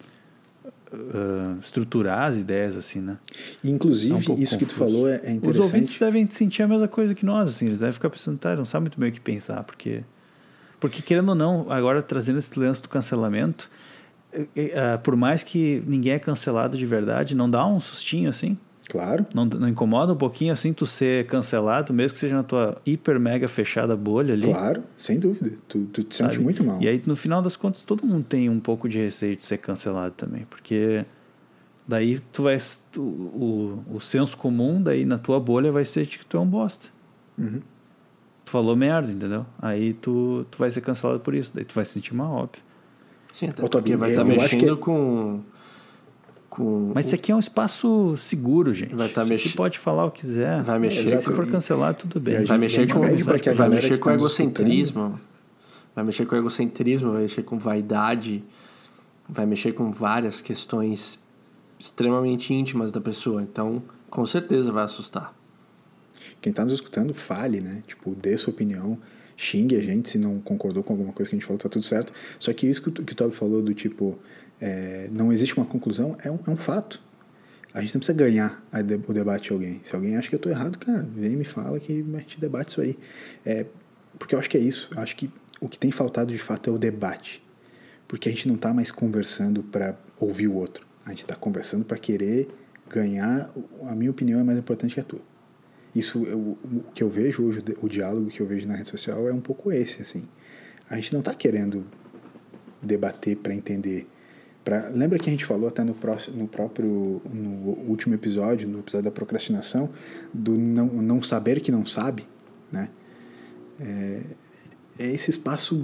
uh, estruturar as ideias, assim, né? E, inclusive, é um isso confuso. Que tu falou é, é interessante. Os ouvintes devem sentir a mesma coisa que nós, assim, eles devem ficar pensando, tá, não sabem muito bem o que pensar, porque, porque querendo ou não, agora trazendo esse lance do cancelamento... Uh, por mais que ninguém é cancelado de verdade, não dá um sustinho assim? Claro. Não, não incomoda um pouquinho assim tu ser cancelado, mesmo que seja na tua hiper mega fechada bolha ali? Claro, sem dúvida. Tu, tu te sente Sabe? muito mal. E aí, no final das contas, todo mundo tem um pouco de receio de ser cancelado também, porque daí tu vai... Tu, o, o senso comum daí na tua bolha vai ser de que tu é um bosta. Uhum. Tu falou merda, entendeu? Aí tu, tu vai ser cancelado por isso, daí tu vai se sentir mal, óbvio. Sim, até porque vai estar tá mexendo que... com, com... Mas isso aqui é um espaço seguro, gente. Vai tá isso mex... aqui pode falar o que quiser. Vai mexer... É, se for cancelado, tudo bem. Vai mexer com, vai vai mexer com tá egocentrismo. Vai mexer com egocentrismo, vai mexer com vaidade, vai mexer com várias questões extremamente íntimas da pessoa. Então, com certeza vai assustar. Quem está nos escutando, fale, né? Tipo, dê sua opinião. Xingue a gente se não concordou com alguma coisa que a gente falou, tá tudo certo. Só que isso que o, que o Toby falou do tipo, é, não existe uma conclusão, é um, é um fato. A gente não precisa ganhar a de, o debate de alguém. Se alguém acha que eu tô errado, cara, vem e me fala que a gente debate isso aí. É, porque eu acho que é isso. Eu acho que o que tem faltado de fato é o debate. Porque a gente não tá mais conversando para ouvir o outro. A gente tá conversando para querer ganhar. A minha opinião é mais importante que a tua. Isso, eu, o que eu vejo hoje, o diálogo que eu vejo na rede social é um pouco esse, assim. A gente não está querendo debater para entender. Pra, lembra que a gente falou até no, próximo, no próprio, no último episódio, no episódio da procrastinação, do não, não saber que não sabe, né? É, é esse espaço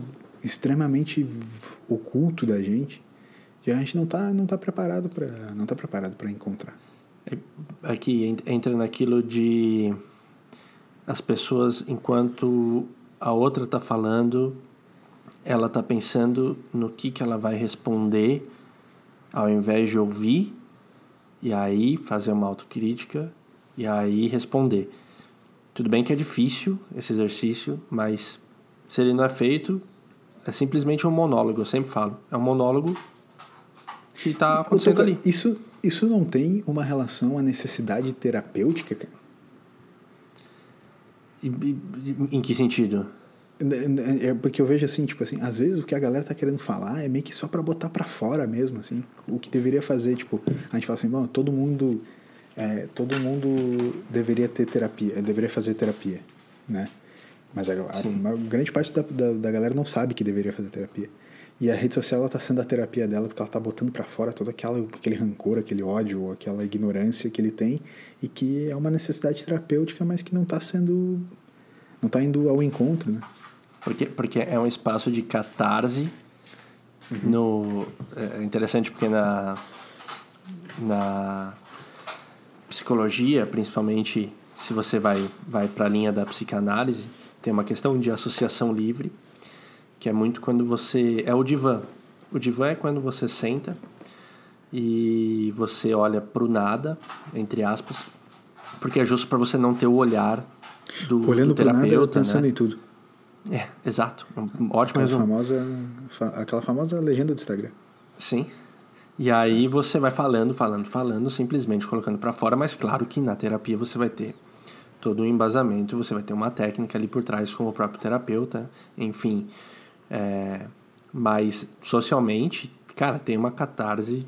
extremamente oculto da gente, que a gente não tá, não tá preparado para não tá preparado para encontrar. Aqui entra naquilo de as pessoas, enquanto a outra tá falando, ela tá pensando no que que ela vai responder, ao invés de ouvir e aí fazer uma autocrítica e aí responder. Tudo bem que é difícil esse exercício, mas se ele não é feito, é simplesmente um monólogo, eu sempre falo. É um monólogo que está acontecendo ali. Isso, isso não tem uma relação à necessidade terapêutica, cara? E, e, em que sentido? É porque eu vejo assim, tipo assim, às vezes o que a galera tá querendo falar é meio que só pra botar pra fora mesmo, assim. O que deveria fazer, tipo, a gente fala assim, bom, todo mundo, é, todo mundo deveria ter terapia, deveria fazer terapia, né? Mas a, a, uma grande parte da, da, da galera não sabe que deveria fazer terapia. E a rede social, ela tá sendo a terapia dela porque ela tá botando pra fora todo aquela, aquele rancor, aquele ódio, aquela ignorância que ele tem e que é uma necessidade terapêutica, mas que não tá sendo, não tá indo ao encontro, né? Porque, porque é um espaço de catarse. Uhum. No, é interessante porque na, na psicologia, principalmente se você vai, vai para a linha da psicanálise, tem uma questão de associação livre, que é muito quando você... É o divã. O divã é quando você senta e você olha para o nada, entre aspas, porque é justo para você não ter o olhar do, Olhando do terapeuta. Olhando para o nada, pensando, né, em tudo. É, exato. Um ótimo aquela resumo. Famosa, aquela famosa legenda do Instagram. Sim. E aí você vai falando, falando, falando, simplesmente colocando para fora, mas claro que na terapia você vai ter todo um embasamento, você vai ter uma técnica ali por trás com o próprio terapeuta, enfim. É, mas socialmente, cara, tem uma catarse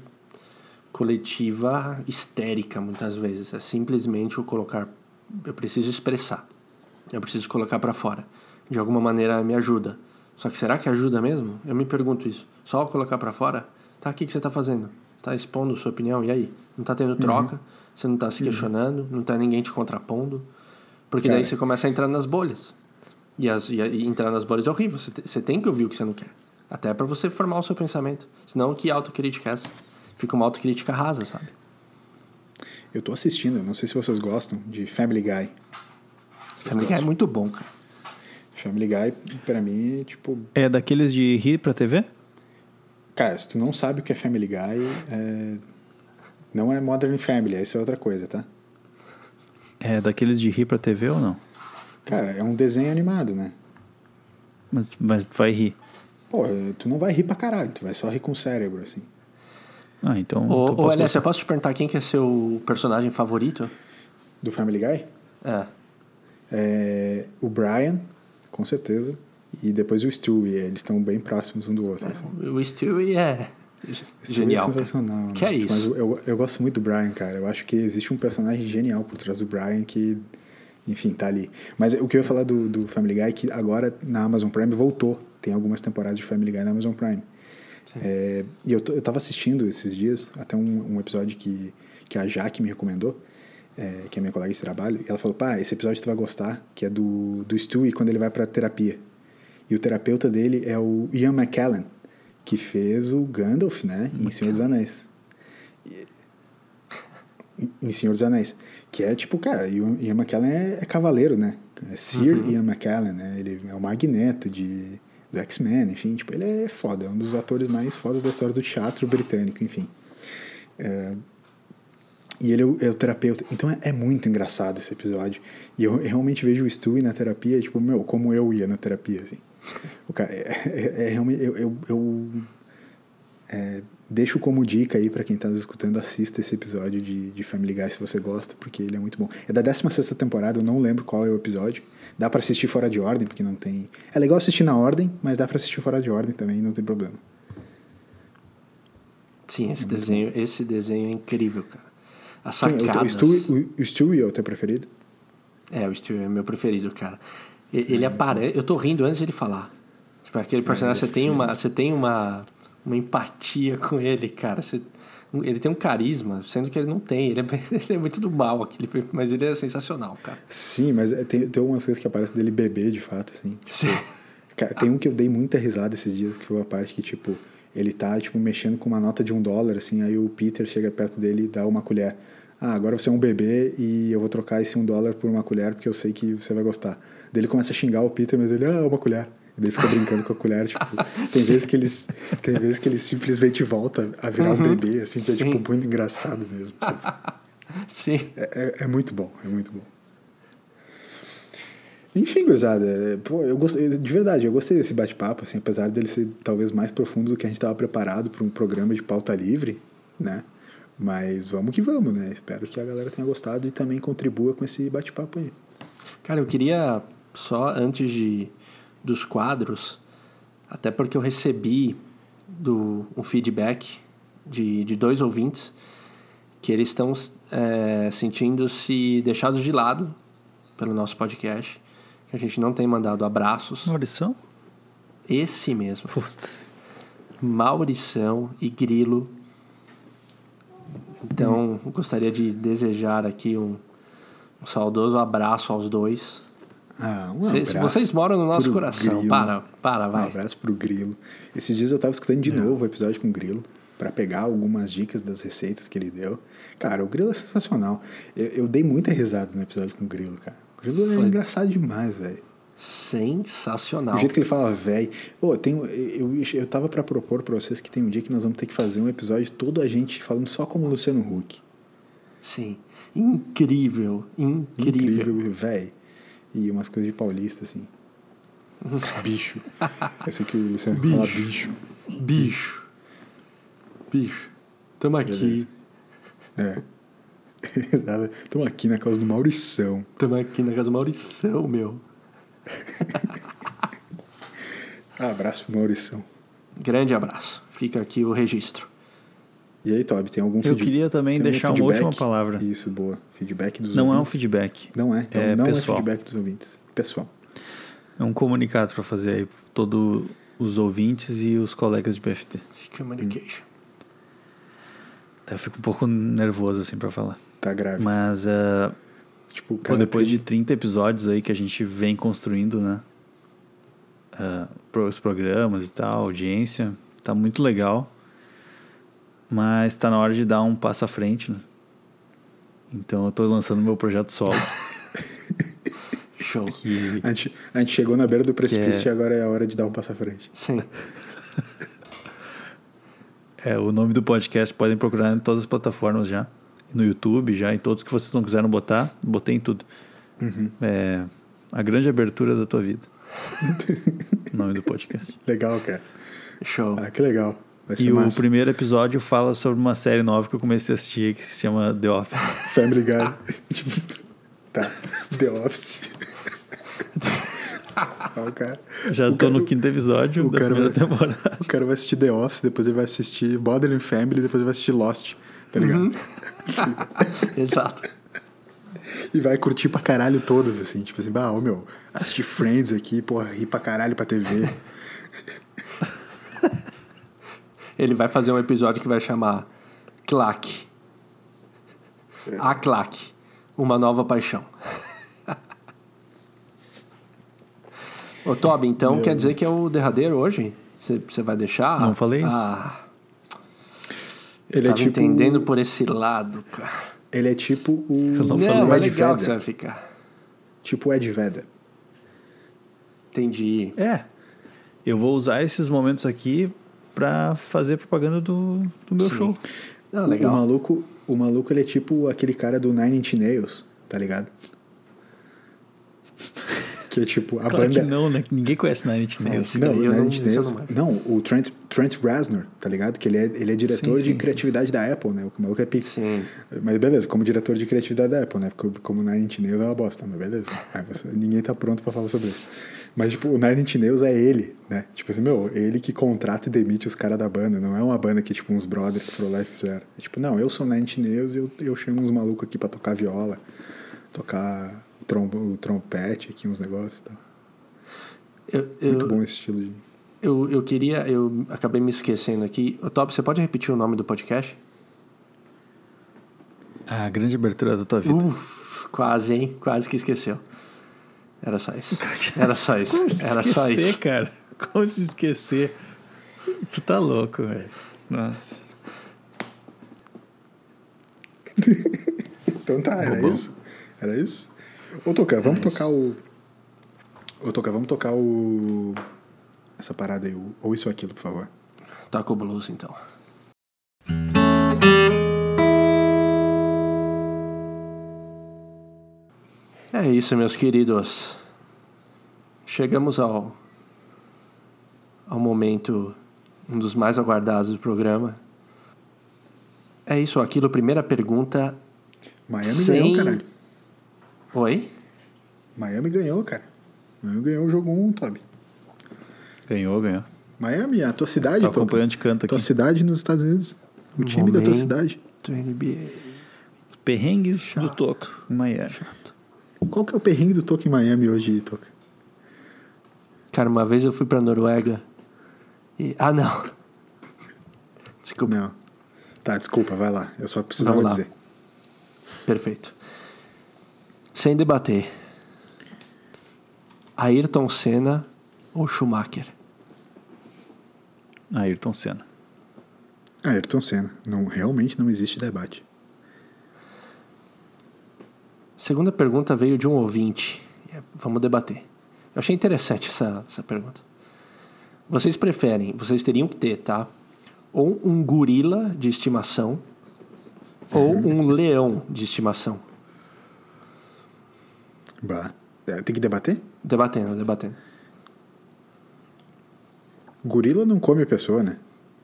coletiva histérica muitas vezes. É simplesmente o colocar... Eu preciso expressar. Eu preciso colocar para fora. De alguma maneira me ajuda. Só que será que ajuda mesmo? Eu me pergunto isso. Só colocar pra fora? Tá, o que, que você tá fazendo? Tá expondo sua opinião? E aí? Não tá tendo troca? Uhum. Você não tá se questionando? Uhum. Não tá ninguém te contrapondo? Porque Cara. daí você começa a entrar nas bolhas. E, as, e, e entrar nas bolhas é horrível. Você, te, você tem que ouvir o que você não quer. Até pra você formar o seu pensamento. Senão, que autocrítica é essa? Fica uma autocrítica rasa, sabe? Eu tô assistindo, não sei se vocês gostam, de Family Guy. Vocês Family gostam? Guy é muito bom, cara. Family Guy, pra mim, tipo... É daqueles de rir pra T V? Cara, se tu não sabe o que é Family Guy, é... não é Modern Family, isso é outra coisa, tá? É daqueles de rir pra T V ou não? Cara, é um desenho animado, né? Mas, mas tu vai rir? Pô, tu não vai rir pra caralho, tu vai só rir com o cérebro, assim. Ah, então... Ô, então ô Elias, eu posso te perguntar quem que é seu personagem favorito? Do Family Guy? É. É o Brian... Com certeza. E depois o Stewie, eles estão bem próximos um do outro. Assim. O Stewie é genial. É sensacional. Que né? é isso? Mas eu, eu gosto muito do Brian, cara. Eu acho que existe um personagem genial por trás do Brian que, enfim, tá ali. Mas o que eu ia falar do, do Family Guy é que agora na Amazon Prime voltou. Tem algumas temporadas de Family Guy na Amazon Prime. É, e eu, tô, eu tava assistindo esses dias, até um, um episódio que, que a Jaque me recomendou. É, que é minha colega de trabalho, e ela falou, pá, esse episódio tu vai gostar, que é do, do Stewie quando ele vai pra terapia. E o terapeuta dele é o Ian McKellen, que fez o Gandalf, né, em Senhor dos Anéis. E, em Senhor dos Anéis. Que é tipo, cara, o Ian McKellen é, é cavaleiro, né? É Sir uhum. Ian McKellen, né? Ele é o Magneto de, do X-Men, enfim, tipo, ele é foda, é um dos atores mais fodas da história do teatro britânico, enfim. É... E ele é o, é o terapeuta. Então é, é muito engraçado esse episódio. E eu, eu realmente vejo o Stewie na terapia, tipo, meu, como eu ia na terapia, assim. O cara, é, é, é realmente... Eu, eu, eu é, deixo como dica aí pra quem tá nos escutando, assista esse episódio de, de Family Guy se você gosta, porque ele é muito bom. É da décima sexta temporada, eu não lembro qual é o episódio. Dá pra assistir fora de ordem, porque não tem... É legal assistir na ordem, mas dá pra assistir fora de ordem também, não tem problema. Sim, esse, é desenho, esse desenho é incrível, cara. As sacadas... sacadas... O Stewie, o Stewie é o teu preferido? É, o Stewie é meu preferido, cara. Ele é aparece... Eu tô rindo antes de ele falar. Tipo, aquele personagem, é, você tem uma, você tem uma, uma empatia com ele, cara. Você... Ele tem um carisma, sendo que ele não tem. Ele é, ele é muito do mal, aquele, mas ele é sensacional, cara. Sim, mas tem, tem algumas coisas que aparecem dele bebê, de fato, assim. Tipo, Cara, tem um que eu dei muita risada esses dias, que foi a parte que, tipo, ele tá, tipo, mexendo com uma nota de um dólar, assim, aí o Peter chega perto dele e dá uma colher. Ah, agora você é um bebê e eu vou trocar esse um dólar por uma colher porque eu sei que você vai gostar. Daí ele começa a xingar o Peter, mas ele, ah, uma colher. E daí fica brincando com a colher, tipo, tem vezes que eles, tem vezes que ele simplesmente volta a virar uhum. um bebê, assim, que é, tipo, muito engraçado mesmo, sabe? Sim. É, é, é muito bom, é muito bom. Enfim, gurizada, pô, eu gostei, de verdade, eu gostei desse bate-papo, assim, apesar dele ser talvez mais profundo do que a gente estava preparado para um programa de pauta livre, né? Mas vamos que vamos, né? Espero que a galera tenha gostado e também contribua com esse bate-papo aí. Cara, eu queria só, antes de, dos quadros, até porque eu recebi do, um feedback de, de dois ouvintes que eles estão é, sentindo-se deixados de lado pelo nosso podcast, que a gente não tem mandado abraços. Maurição? Esse mesmo. Putz. Maurição e Grilo. Então, hum. gostaria de desejar aqui um, um saudoso abraço aos dois. Ah, um vocês, abraço. Vocês moram no nosso coração. Grilo. Para, para, vai. Um abraço pro Grilo. Esses dias eu tava escutando de é. novo o episódio com o Grilo, para pegar algumas dicas das receitas que ele deu. Cara, o Grilo é sensacional. Eu, eu dei muita risada no episódio com o Grilo, cara. O Grilo Foi. é engraçado demais, velho. Sensacional. O jeito que ele fala, velho. Oh, eu, eu, eu tava pra propor pra vocês que tem um dia que nós vamos ter que fazer um episódio todo a gente falando só como Luciano Huck. Sim. Incrível. Incrível. Incrível, velho. E umas coisas de paulista, assim. Bicho. Eu sei que o Luciano bicho. fala bicho. Bicho. Bicho. Tamo aqui. Beleza. É. Tamo aqui na casa do Maurição. Tamo aqui na casa do Maurição, meu. Abraço pro Maurição. Grande abraço. Fica aqui o registro. E aí, Toby, tem algum feedback? Eu queria também deixar uma última palavra. Isso, boa. Feedback dos não ouvintes. Não é um feedback. Não é? Então é não pessoal. é feedback dos ouvintes. Pessoal. É um comunicado para fazer aí para todos os ouvintes e os colegas de B F T. Communication. Hum. Até eu fico um pouco nervoso assim para falar. Tá grave. Mas uh, tipo, pô, depois tem... de trinta episódios aí que a gente vem construindo, né? Uh, os programas e tal, audiência, tá muito legal. Mas tá na hora de dar um passo à frente, né? Então eu tô lançando meu projeto solo. Show. Que... A, gente, a gente chegou na beira do precipício é... e agora é a hora de dar um passo à frente. Sim. É, o nome do podcast podem procurar em todas as plataformas já. No YouTube já, em todos que vocês não quiseram botar, botei em tudo. Uhum. É a grande abertura da tua vida. O nome do podcast. Legal, cara. Show. Ah, que legal. Vai ser e massa. O primeiro episódio fala sobre uma série nova que eu comecei a assistir que se chama The Office. Family Guy. Tá. The Office. Ah, cara. Já o tô cara, no quinto episódio o da cara primeira vai, temporada. O cara vai assistir The Office, depois ele vai assistir Modern Family, depois ele vai assistir Lost, tá ligado? Uhum. Exato. E vai curtir pra caralho todas, assim. Tipo assim, bah, ô meu, assistir Friends aqui, porra, rir pra caralho pra T V. Ele vai fazer um episódio que vai chamar Clack. É. A Clack. Uma nova paixão. Ô, Toby, então Meu. quer dizer que é o derradeiro hoje? Você vai deixar? Não falei isso. Ah, ele eu é tava tipo... entendendo por esse lado, cara. Ele é tipo o... Eu não, não mas é legal Vedder. Que você vai ficar. Tipo o Ed Vedder. Entendi. É. Eu vou usar esses momentos aqui pra fazer propaganda do, do meu Sim. show. Ah, legal. O maluco, o maluco, ele é tipo aquele cara do Nine Inch Nails, tá ligado? Que é tipo, a claro banda... que não, né? Ninguém conhece Nine Inch Nails. Não, o Nine Inch Nails... Não, não, o Trent, Trent Reznor, tá ligado? Que ele é, ele é diretor sim, de sim, criatividade sim. da Apple, né? O maluco é pique. Sim. Mas beleza, como diretor de criatividade da Apple, né? Como, como Nine Inch Nails é uma bosta, mas beleza. Aí você, ninguém tá pronto pra falar sobre isso. Mas, tipo, o Nine Inch Nails é ele, né? Tipo assim, meu, ele que contrata e demite os caras da banda. Não é uma banda que, tipo, uns brothers que foram lá e fizeram. É tipo, não, eu sou Nine Inch Nails e eu, eu chamo uns malucos aqui pra tocar viola, tocar o, trom, o trompete aqui, uns negócios e tal. Eu, eu, Muito bom esse estilo de... Eu, eu queria... Eu acabei me esquecendo aqui. Ô, Top, você pode repetir o nome do podcast? A grande abertura da tua vida. Uf, quase, hein? Quase que esqueceu. Era só isso. Era só isso. Como se Era esquecer, só isso. cara? Como se esquecer? Tu tá louco, velho. Nossa. Então tá, era Roubou? isso. Era isso? Ô, Toca, vamos tocar o... Ô, Toca, vamos tocar o... Essa parada aí, o... ou isso ou aquilo, por favor. Toca o blues, então. É isso, meus queridos. Chegamos ao... ao momento, um dos mais aguardados do programa. É isso ou aquilo, primeira pergunta... Miami sem... ganhou, caralho. Oi? Miami ganhou, cara. Miami ganhou o jogo um, Toby. Ganhou, ganhou. Miami, a tua cidade, Tô Toca. acompanhando de canto aqui. Tua cidade nos Estados Unidos. O time da tua cidade. Do N B Perrengues Chato. do Toco, em Miami. Qual que é o perrengue do Toca em Miami hoje, Toca? A. Cara, uma vez eu fui pra Noruega e... Ah, não. Desculpa. Não. Tá, desculpa, vai lá. Eu só precisava Vamos lá. dizer. Perfeito. Sem debater. Ayrton Senna ou Schumacher? Ayrton Senna. Ayrton Senna. Não, realmente não existe debate. Segunda pergunta veio de um ouvinte. Vamos debater. Eu achei interessante essa, essa pergunta. Vocês preferem, vocês teriam que ter, tá? Ou um gorila de estimação ou um leão de estimação. Bah. É, tem que debater? Debatendo, debatendo. Gorila não come a pessoa, né?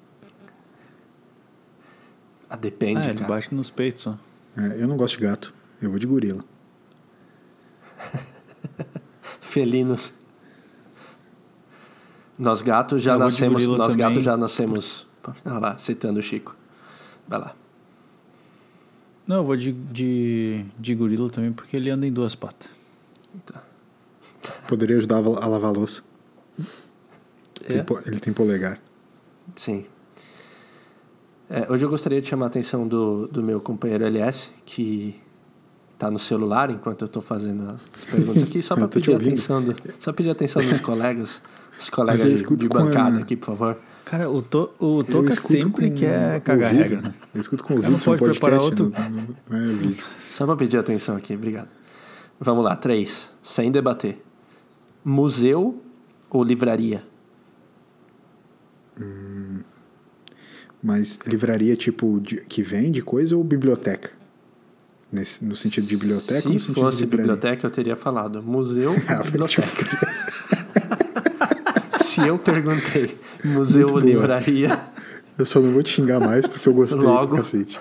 Ah, depende, Ah, ele cara. bate nos peitos, ó. É, eu não gosto de gato. Eu vou de gorila. Felinos. Nós gatos já Eu vou de nascemos. gorila Nós também. gatos já nascemos. Olha lá, citando o Chico. Vai lá. Não, eu vou de, de, de gorila também, porque ele anda em duas patas. Tá. Poderia ajudar a lavar a louça. É? Tem po- Ele tem polegar. Sim. É, hoje eu gostaria de chamar a atenção do, do meu companheiro L S, que tá no celular enquanto eu tô fazendo as perguntas aqui, só para Eu tô te pedir a ouvindo. atenção do, só pedir a atenção dos colegas, os Mas colegas eu de, escuto de com a- bancada aqui, por favor. Cara, o, to, o Eu Toca escuto sempre com quer cagar ouvido. regra, né? Eu escuto com Cara, ouvido, não isso é um pode preparar podcast. outro- Não, não- não é vídeo. Só para pedir atenção aqui, obrigado. Vamos lá, três, sem debater. Museu ou livraria? Mas livraria tipo de- que vende coisa ou biblioteca? Nesse, no sentido de biblioteca Se ou no sentido fosse de livraria? biblioteca, eu teria falado museu Ah, ou foi biblioteca. Se eu perguntei museu Muito ou boa. livraria, Eu só não vou te xingar mais porque eu gostei Logo. do cacete.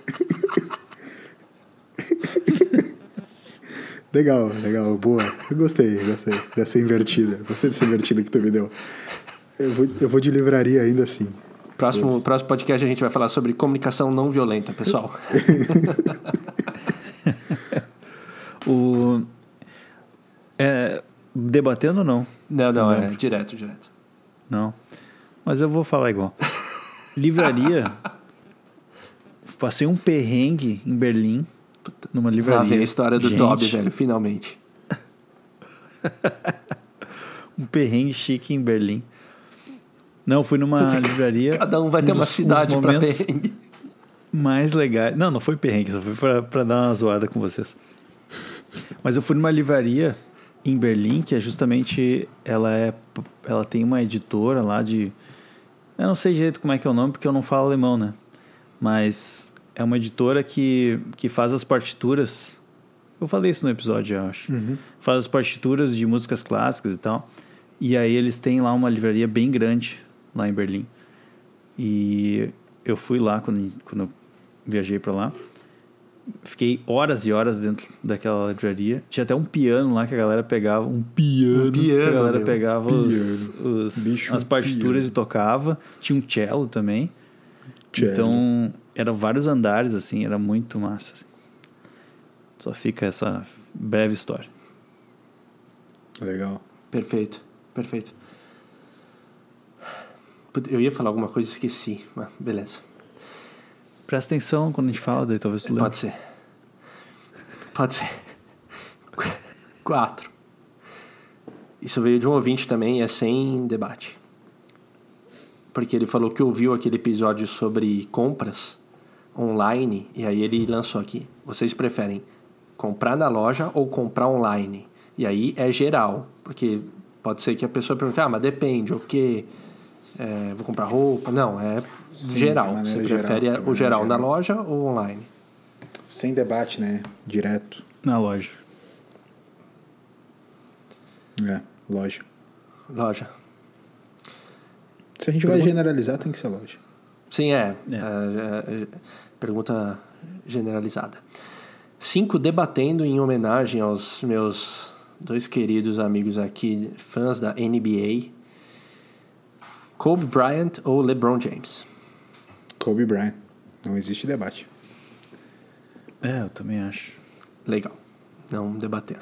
Legal, legal, boa. Eu gostei, gostei dessa invertida. Gostei dessa invertida que tu me deu. Eu vou, eu vou de livraria ainda assim. próximo, próximo podcast a gente vai falar sobre comunicação não violenta, pessoal. O... É, debatendo ou não? Não, não, Não é lembro. direto, direto. Não. Mas eu vou falar igual. Livraria. Passei um perrengue em Berlim. Numa livraria. Lá vem a história do Gente, Toby, velho, finalmente. Um perrengue chique em Berlim. Não, fui numa livraria. Cada um vai ter um uma dos- cidade dos pra momentos perrengue. mais legais. Não, não foi perrengue, só foi pra, pra dar uma zoada com vocês. Mas eu fui numa livraria em Berlim, que é justamente. Ela é. Ela tem uma editora lá de. Eu não sei direito como é que é o nome, porque eu não falo alemão, né? Mas é uma editora que, que faz as partituras. Eu falei isso no episódio, eu acho. Faz as partituras de músicas clássicas e tal. E aí eles têm lá uma livraria bem grande, lá em Berlim. E eu fui lá quando, quando eu viajei pra lá. Fiquei horas e horas dentro daquela livraria. Tinha até um piano lá que a galera pegava. Um piano. Um piano, que a galera meu. pegava os, Piano. os- Bicho, as partituras piano. e tocava. Tinha um cello também. Cello. Então, eram vários andares, assim. Era muito massa, assim. Só fica essa breve história. Legal. Perfeito, perfeito. Put- Eu ia falar alguma coisa e esqueci, mas beleza. Presta atenção quando a gente fala, daí talvez tu lembre. Pode ser. Pode ser. Quatro. Isso veio de um ouvinte também, é sem debate. Porque ele falou que ouviu aquele episódio sobre compras online, e aí ele lançou aqui. Vocês preferem comprar na loja ou comprar online? E aí é geral, porque pode ser que a pessoa pergunte, ah, mas depende, o quê? É, vou comprar roupa? Não, é Sim, geral. Você prefere geral, o geral, geral na loja ou online? Sem debate, né? Direto. Na loja. É, loja. Loja. Se a gente Pergunta... vai generalizar, tem que ser loja. Sim, é. é. é, é pergunta generalizada. Cinco, debatendo em homenagem aos meus dois queridos amigos aqui, fãs da N B A. Kobe Bryant ou LeBron James? Kobe Bryant. Não existe debate. É, eu também acho. Legal. Não debater.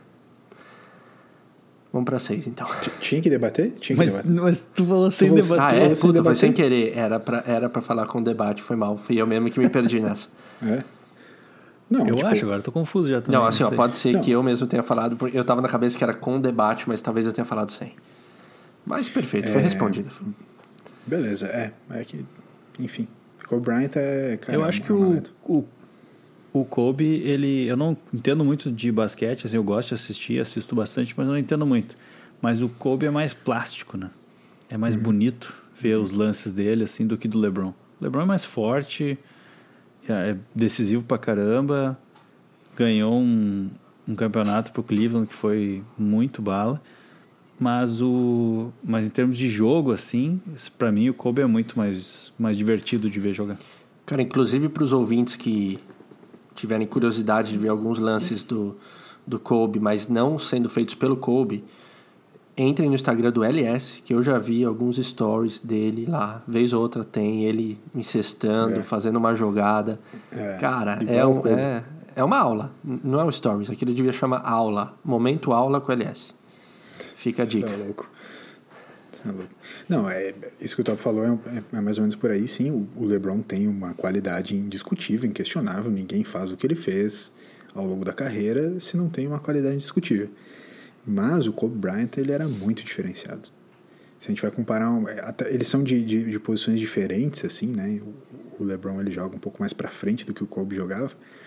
Vamos pra seis, então. Tinha que debater? Tinha que mas, debater. Mas tu falou sem debater. Ah, é? Sem Puta, debater? Foi sem querer. Era pra, era pra falar com debate, foi mal. Fui eu mesmo que me perdi nessa. É? Não, eu tipo... acho, agora tô confuso já também. Não, assim, não ó, pode ser não. que eu mesmo tenha falado, porque eu tava na cabeça que era com debate, mas talvez eu tenha falado sem. Mas perfeito, foi é... respondido. Beleza, é. É que, enfim, Kobe Bryant é... Cara, eu acho que o, o, o Kobe, ele... Eu não entendo muito de basquete, assim, eu gosto de assistir, assisto bastante, mas eu não entendo muito. Mas o Kobe é mais plástico, né? É mais uhum. bonito ver uhum. os lances dele, assim, do que do LeBron. O LeBron é mais forte, é decisivo pra caramba, ganhou um, um campeonato pro Cleveland que foi muito bala, mas, o, mas em termos de jogo, assim, pra mim o Kobe é muito mais, mais divertido de ver jogar. Cara, inclusive pros ouvintes que tiverem curiosidade de ver alguns lances do, do Kobe, mas não sendo feitos pelo Kobe, entrem no Instagram do L S, que eu já vi alguns stories dele lá. Vez ou outra tem ele incestando, é. fazendo uma jogada. É. Cara, é, um, é, é uma aula. Não é um stories. Aquilo devia chamar aula. Momento aula com o L S. Fica a dica. Isso é louco. Isso é louco. Não, é, isso que o Top falou é, é mais ou menos por aí. Sim, o, o LeBron tem uma qualidade indiscutível, inquestionável. Ninguém faz o que ele fez ao longo da carreira se não tem uma qualidade indiscutível. Mas o Kobe Bryant, ele era muito diferenciado. Se a gente vai comparar... Até, eles são de, de, de posições diferentes, assim, né? O, o LeBron, ele joga um pouco mais pra frente do que o Kobe jogava.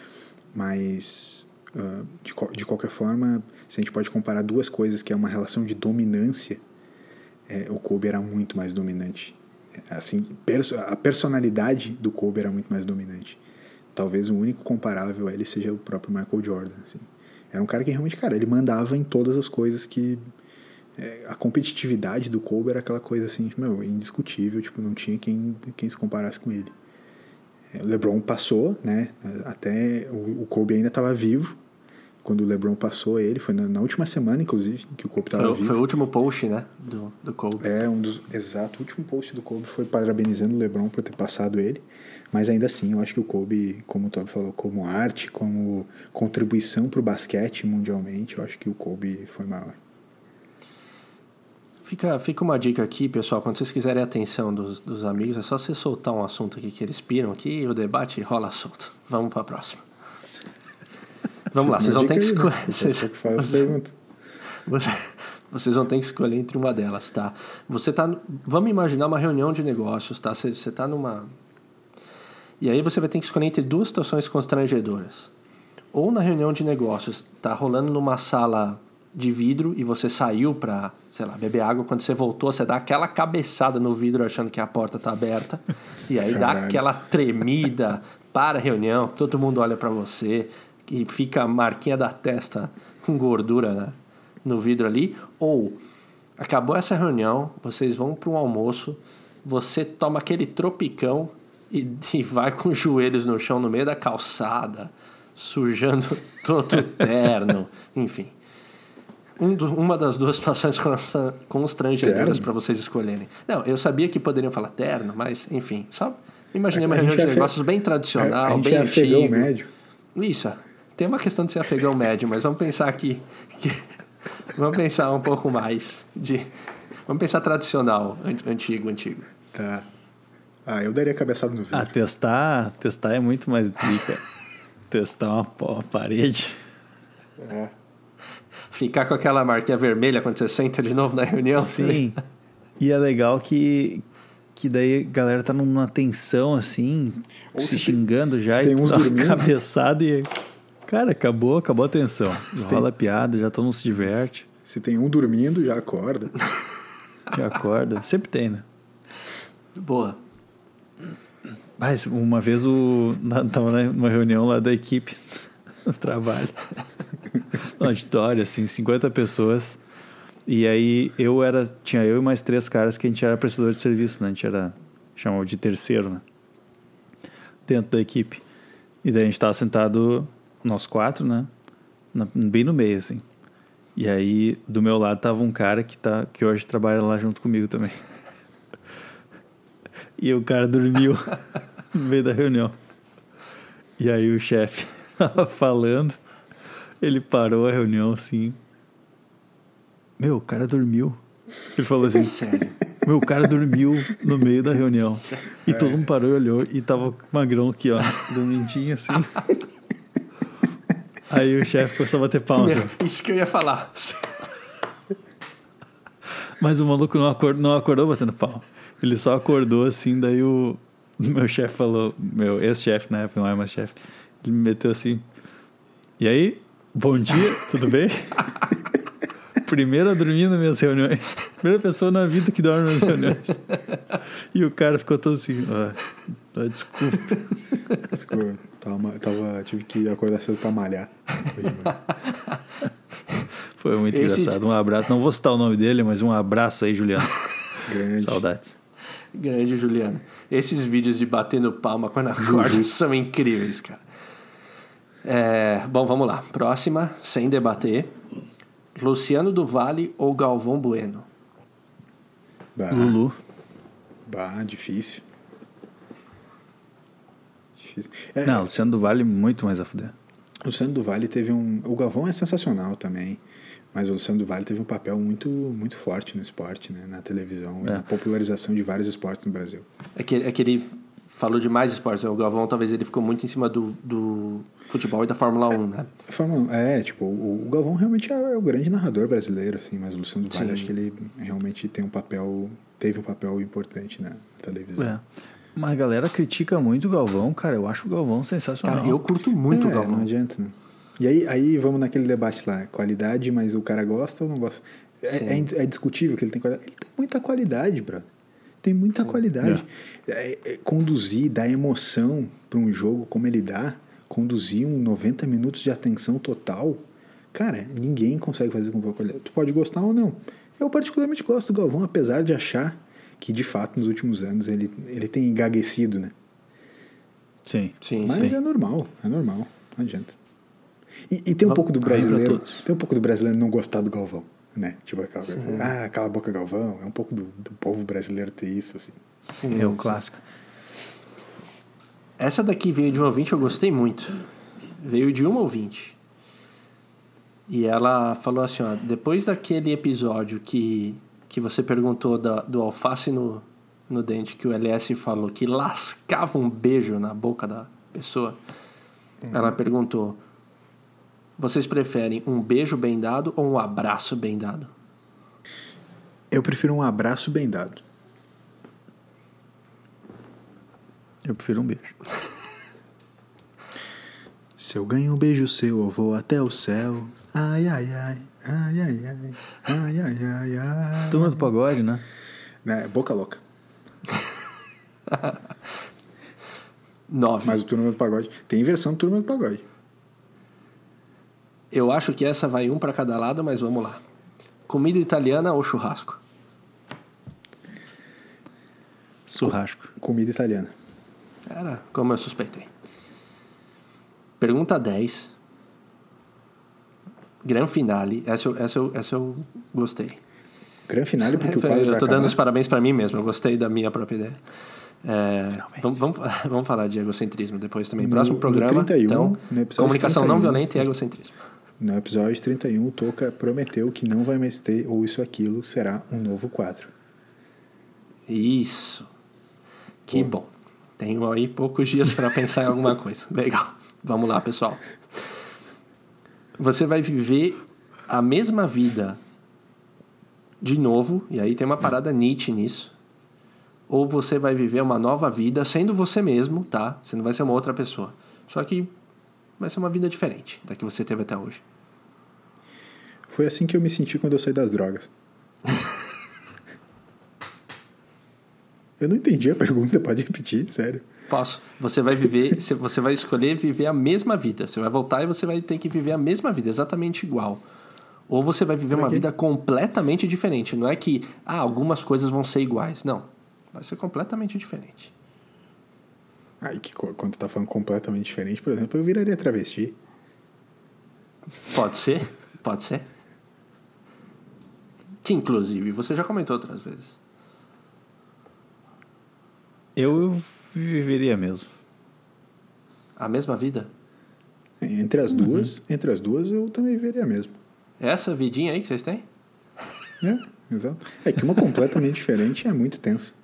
Mas, uh, de, de qualquer forma, se a gente pode comparar duas coisas, que é uma relação de dominância, é, o Kobe era muito mais dominante. Assim, perso, a personalidade do Kobe era muito mais dominante. Talvez o único comparável a ele seja o próprio Michael Jordan, assim. Era um cara que realmente, cara, ele mandava em todas as coisas que... É, a competitividade do Kobe era aquela coisa assim, meu, indiscutível, tipo, não tinha quem, quem se comparasse com ele. É, o LeBron passou, né, até o, o Kobe ainda estava vivo, quando o LeBron passou ele, foi na, na última semana, inclusive, que o Kobe estava vivo. Foi o último post, né, do, do Kobe. É, um dos, exato, o último post do Kobe foi parabenizando o LeBron por ter passado ele. Mas ainda assim, eu acho que o Kobe, como o Toby falou, como arte, como contribuição para o basquete mundialmente, eu acho que o Kobe foi maior. Fica, fica uma dica aqui, pessoal. Quando vocês quiserem a atenção dos, dos amigos, é só você soltar um assunto aqui que eles piram aqui e o debate rola solto. Vamos para a próxima. Vamos lá, vocês vão ter que escolher. Vocês... Você... Vocês vão ter que escolher entre uma delas, tá? Você tá... Vamos imaginar uma reunião de negócios, tá? Você, você tá numa... E aí você vai ter que escolher entre duas situações constrangedoras. Ou na reunião de negócios, tá rolando numa sala de vidro e você saiu pra, sei lá, beber água. Quando você voltou, você dá aquela cabeçada no vidro achando que a porta tá aberta. E aí Caralho. dá aquela tremida, para a reunião, todo mundo olha pra você e fica a marquinha da testa com gordura, né, no vidro ali. Ou acabou essa reunião, vocês vão para um almoço, você toma aquele tropicão e, e vai com os joelhos no chão no meio da calçada, sujando todo o terno, enfim. Um do, uma das duas situações constrangedoras para vocês escolherem. Não, eu sabia que poderiam falar terno, mas enfim, só imaginei uma reunião de negócios fe... bem tradicional, a, a gente bem é antigo. Afegão médio. Isso, tem uma questão de ser afegão médio, mas vamos pensar aqui, que, vamos pensar um pouco mais de, vamos pensar tradicional, antigo, antigo. Tá. Ah, eu daria cabeçada no vidro. Ah, testar, testar é muito mais pica. Testar uma, uma parede. É. Ficar com aquela marquinha vermelha quando você senta de novo na reunião. Sim. E é legal que, que daí a galera tá numa tensão assim, Ou se se xingando tem- já se tem e uns dá uma dormindo. cabeçada e. Cara, acabou, acabou a tensão. Se Rola piada, já todo mundo se diverte, Se tem um dormindo, já acorda. já acorda. Sempre tem, né? Boa. Mas uma vez o. na- Tava numa reunião lá da equipe no trabalho. No auditório, assim, cinquenta pessoas. E aí eu era. Tinha eu e mais três caras que a gente era prestador de serviço, né? A gente era. Chamava de terceiro, né? Dentro da equipe. E daí a gente tava sentado, nós quatro, né? Na- bem no meio, assim. E aí, do meu lado, tava um cara que, tá, que hoje trabalha lá junto comigo também. E o cara dormiu no meio da reunião. E aí o chefe tava falando, ele parou a reunião assim. Meu, o cara dormiu. Ele falou assim, Sério. meu, o cara dormiu no meio da reunião. E todo mundo parou e olhou e tava magrão aqui, ó, dormidinho assim. Aí o chefe começou a bater palma. Meu, assim. isso que eu ia falar. Mas o maluco não acordou, não acordou batendo palma. Ele só acordou assim, daí o meu chefe falou, meu ex-chefe na época, não é mais chefe, ele me meteu assim, e aí, bom dia, tudo bem? Primeiro a dormir nas minhas reuniões. Primeira pessoa na vida que dorme nas reuniões. E o cara ficou todo assim, ah, ah, desculpa. Desculpa, tava, tava, tive que acordar cedo pra malhar. Foi muito Esses- engraçado. Um abraço. Não vou citar o nome dele, mas um abraço aí, Juliano. Grande. Saudades. Grande Juliano. Esses vídeos de batendo palma quando acorda são incríveis, cara. É, bom, vamos lá. Próxima, sem debater. Luciano do Vale ou Galvão Bueno? Bah, Lulu. bah, difícil. Difícil. É, Não, Luciano do Vale, muito mais a fuder. O Luciano do Vale teve um... O Galvão é sensacional também, mas o Luciano do Vale teve um papel muito, muito forte no esporte, né? Na televisão e É. na popularização de vários esportes no Brasil. É que, é que ele falou de mais esportes. O Galvão, talvez, ele ficou muito em cima do, do futebol e da Fórmula um, né? Fórmula- É, tipo, o, o Galvão realmente é o grande narrador brasileiro, assim, mas o Luciano do Vale, Sim. acho que ele realmente tem um papel... Teve um papel importante na televisão. É. Mas a galera critica muito o Galvão, cara. Eu acho o Galvão sensacional. Cara, eu curto muito é, o Galvão. não adianta, né? E aí, aí vamos naquele debate lá, qualidade, mas o cara gosta ou não gosta? É, Sim. é, in- é discutível que ele tem qualidade. Ele tem muita qualidade, brother. Tem muita qualidade. É, é, conduzir, dar emoção para um jogo como ele dá, conduzir um noventa minutos de atenção total, cara, ninguém consegue fazer com boa qualidade. Tu pode gostar ou não. Eu particularmente gosto do Galvão, apesar de achar que, de fato, nos últimos anos ele, ele tem engaguecido, né? Sim. Sim, Mas sim. é normal, é normal, não adianta. E, e tem um Va- pouco do vai pra brasileiro, todos. tem um pouco do brasileiro não gostar do Galvão, né? Tipo aquela coisa, Uhum. ah, cala a boca Galvão, é um pouco do, do povo brasileiro ter isso, assim. Sim, É o sim. clássico. Essa daqui veio de um ouvinte, eu gostei muito. Veio de uma ouvinte. E ela falou assim, ó, depois daquele episódio que, que você perguntou da, do alface no, no dente, que o L S falou que lascava um beijo na boca da pessoa, ela perguntou, vocês preferem um beijo bem dado ou um abraço bem dado? Eu prefiro um abraço bem dado. Eu prefiro um beijo. Se eu ganho um beijo seu, eu vou até o céu. Ai, ai, ai, ai, ai, ai, ai, ai, ai, ai. Turma do Pagode, né? Né, boca louca. Nove. Mas o Turma do Pagode, tem versão do Turma do Pagode. Eu acho que essa vai um para cada lado, mas vamos lá. Comida italiana ou churrasco? Churrasco. Comida italiana. Era como eu suspeitei. Pergunta dez. Gran finale. Essa eu, essa eu, essa eu gostei. Grande finale, porque o quadro Eu vai tô dando acabar. os parabéns pra mim mesmo. Eu gostei da minha própria ideia. É, vamos, vamos, vamos falar de egocentrismo depois também. No- Próximo no programa. trinta e um, então, no episódio comunicação trinta e não um. violenta e egocentrismo. No episódio trinta e um, o Toca prometeu que não vai mais ter ou isso aquilo, será um novo quadro. Isso. Que bom. Tenho aí poucos dias para pensar em alguma coisa. Legal. Vamos lá, pessoal. Você vai viver a mesma vida de novo, e aí tem uma parada Nietzsche nisso, ou você vai viver uma nova vida sendo você mesmo, tá? Você não vai ser uma outra pessoa. Só que vai ser uma vida diferente da que você teve até hoje. Foi assim que eu me senti quando eu saí das drogas. Eu não entendi a pergunta, pode repetir, sério. Posso. Você vai viver, você vai escolher viver a mesma vida. Você vai voltar e você vai ter que viver a mesma vida, exatamente igual. Ou você vai viver uma vida completamente diferente. Não é que ah, algumas coisas vão ser iguais. Não. Vai ser completamente diferente. Aí que quando tu tá falando completamente diferente, por exemplo, eu viraria travesti. Pode ser, pode ser. Que inclusive, você já comentou outras vezes. Eu viveria mesmo. A mesma vida? Entre as uhum. duas, entre as duas eu também viveria mesmo. Essa vidinha aí que vocês têm? É, exato. É que uma completamente diferente é muito tensa.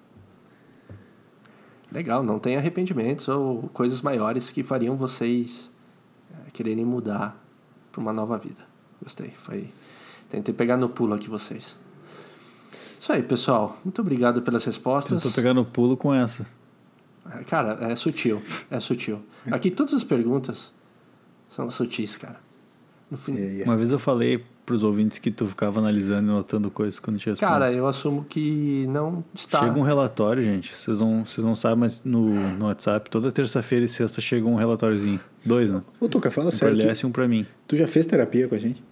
Legal, não tem arrependimentos ou coisas maiores que fariam vocês é, quererem mudar para uma nova vida. Gostei, foi... Tentei pegar no pulo aqui vocês. Isso aí, pessoal. Muito obrigado pelas respostas. Eu tô pegando o pulo com essa. Cara, é sutil. É sutil. Aqui todas as perguntas são sutis, cara. No fim... yeah, yeah. Uma vez eu falei pros ouvintes que tu ficava analisando e anotando coisas quando tinha respondido. Cara, eu assumo que não está... Chega um relatório, gente. Vocês não, vocês não sabem, mas no, no WhatsApp, toda terça-feira e sexta chega um relatóriozinho. Dois, né? Ô, Tuca, fala um sério. Um pra Lécio e um pra mim. Tu já fez terapia com a gente?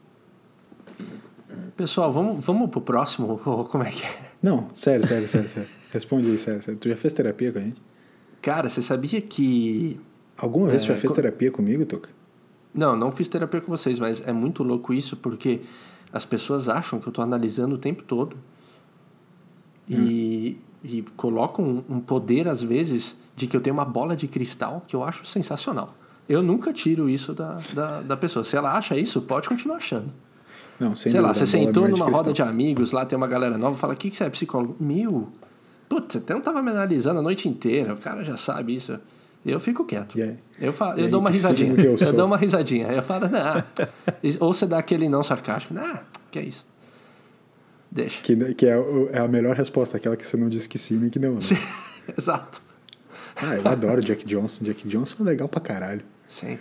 Pessoal, vamos, vamos pro próximo? Ou como é que é? Não, sério, sério, sério, sério. Responde aí, sério, sério. Tu já fez terapia com a gente? Cara, você sabia que... Alguma vez é, tu já fez co... terapia comigo, Tuca? Não, não fiz terapia com vocês, mas é muito louco isso, porque as pessoas acham que eu tô analisando o tempo todo e, hum. e colocam um, um poder, às vezes, de que eu tenho uma bola de cristal que eu acho sensacional. Eu nunca tiro isso da, da, da pessoa. Se ela acha isso, pode continuar achando. Não, sem Sei dúvida, lá, você sentou numa de roda de amigos, lá tem uma galera nova, fala, o que, que você é psicólogo? Meu, putz, você até não tava me analisando a noite inteira, o cara já sabe isso. Eu fico quieto. Yeah. Eu, falo, eu aí, dou uma risadinha. Eu, eu dou uma risadinha. Aí eu falo, não. Ou você dá aquele não sarcástico. Não, que é isso. Deixa. Que, que é, é a melhor resposta, aquela que você não disse que sim nem que não. Né? Exato. Ah, eu adoro Jack Johnson. Jack Johnson é legal pra caralho. Sim.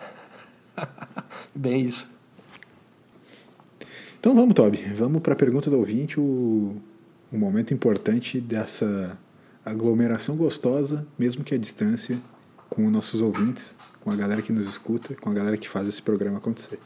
Bem isso. Então vamos, Toby. Vamos para a pergunta do ouvinte, o, o momento importante dessa aglomeração gostosa, mesmo que à distância, com os nossos ouvintes, com a galera que nos escuta, com a galera que faz esse programa acontecer.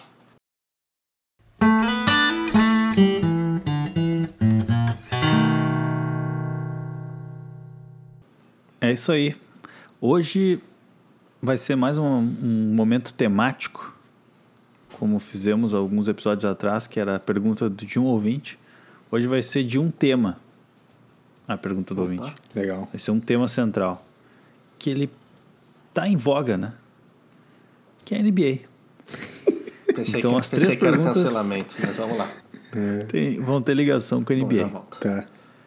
É isso aí. Hoje vai ser mais um, um momento temático, como fizemos alguns episódios atrás, que era a pergunta de um ouvinte. Hoje vai ser de um tema, a pergunta do Opa. ouvinte. Legal. Vai ser um tema central, que ele tá em voga, né? Que é a N B A. Pensei então, que, as três pensei perguntas que era cancelamento, mas vamos lá. É. Tem, vão ter ligação com a N B A. Tá.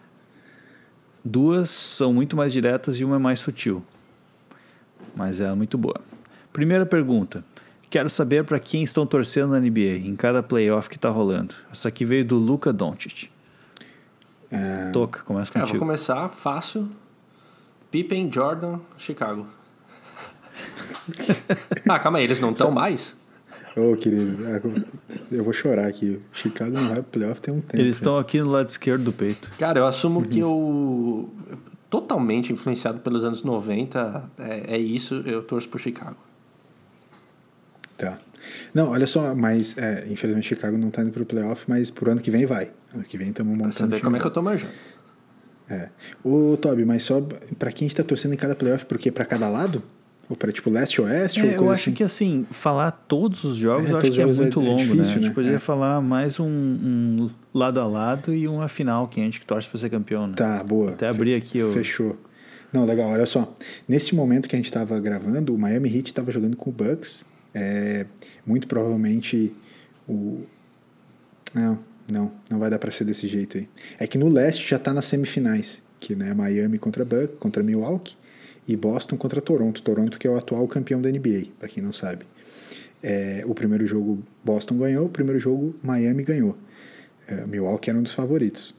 Duas são muito mais diretas e uma é mais sutil. Mas é muito boa. Primeira pergunta. Quero saber para quem estão torcendo na N B A em cada playoff que está rolando. Essa aqui veio do Luka Doncic. É... Toca, começa Cara, contigo. vou começar fácil. Pippen, Jordan, Chicago. Ah, calma aí, eles não estão mais? Ô, oh, querido, eu vou chorar aqui. Chicago não vai pro playoff tem um tempo. Eles estão aqui no lado esquerdo do peito. Cara, eu assumo uhum. que eu... Totalmente influenciado pelos anos noventa, é, é isso, eu torço pro Chicago. Tá. Não, olha só, mas é, infelizmente Chicago não tá indo pro playoff, mas pro ano que vem vai. Ano que vem estamos montando. Pra você ver como é que eu tô manjando. É. Ô, Toby, mas só pra quem está torcendo em cada playoff, porque pra cada lado? Ou pra tipo leste ou oeste? É, ou eu acho assim? que assim, falar todos os jogos é, eu acho que é muito é, longo, é difícil, né? A gente né? poderia é. falar mais um, um lado a lado e uma final que a gente que torce pra ser campeão, né? Tá, boa. Até abrir aqui o... Fechou. Não, legal, olha só. Nesse momento que a gente estava gravando, o Miami Heat estava jogando com o Bucks. É, muito provavelmente o... Não, não, não vai dar para ser desse jeito aí. É que no leste já está nas semifinais, que né, Miami contra Bucks, contra Milwaukee, e Boston contra Toronto. Toronto que é o atual campeão da N B A, para quem não sabe. É, o primeiro jogo Boston ganhou, o primeiro jogo Miami ganhou. É, Milwaukee era um dos favoritos.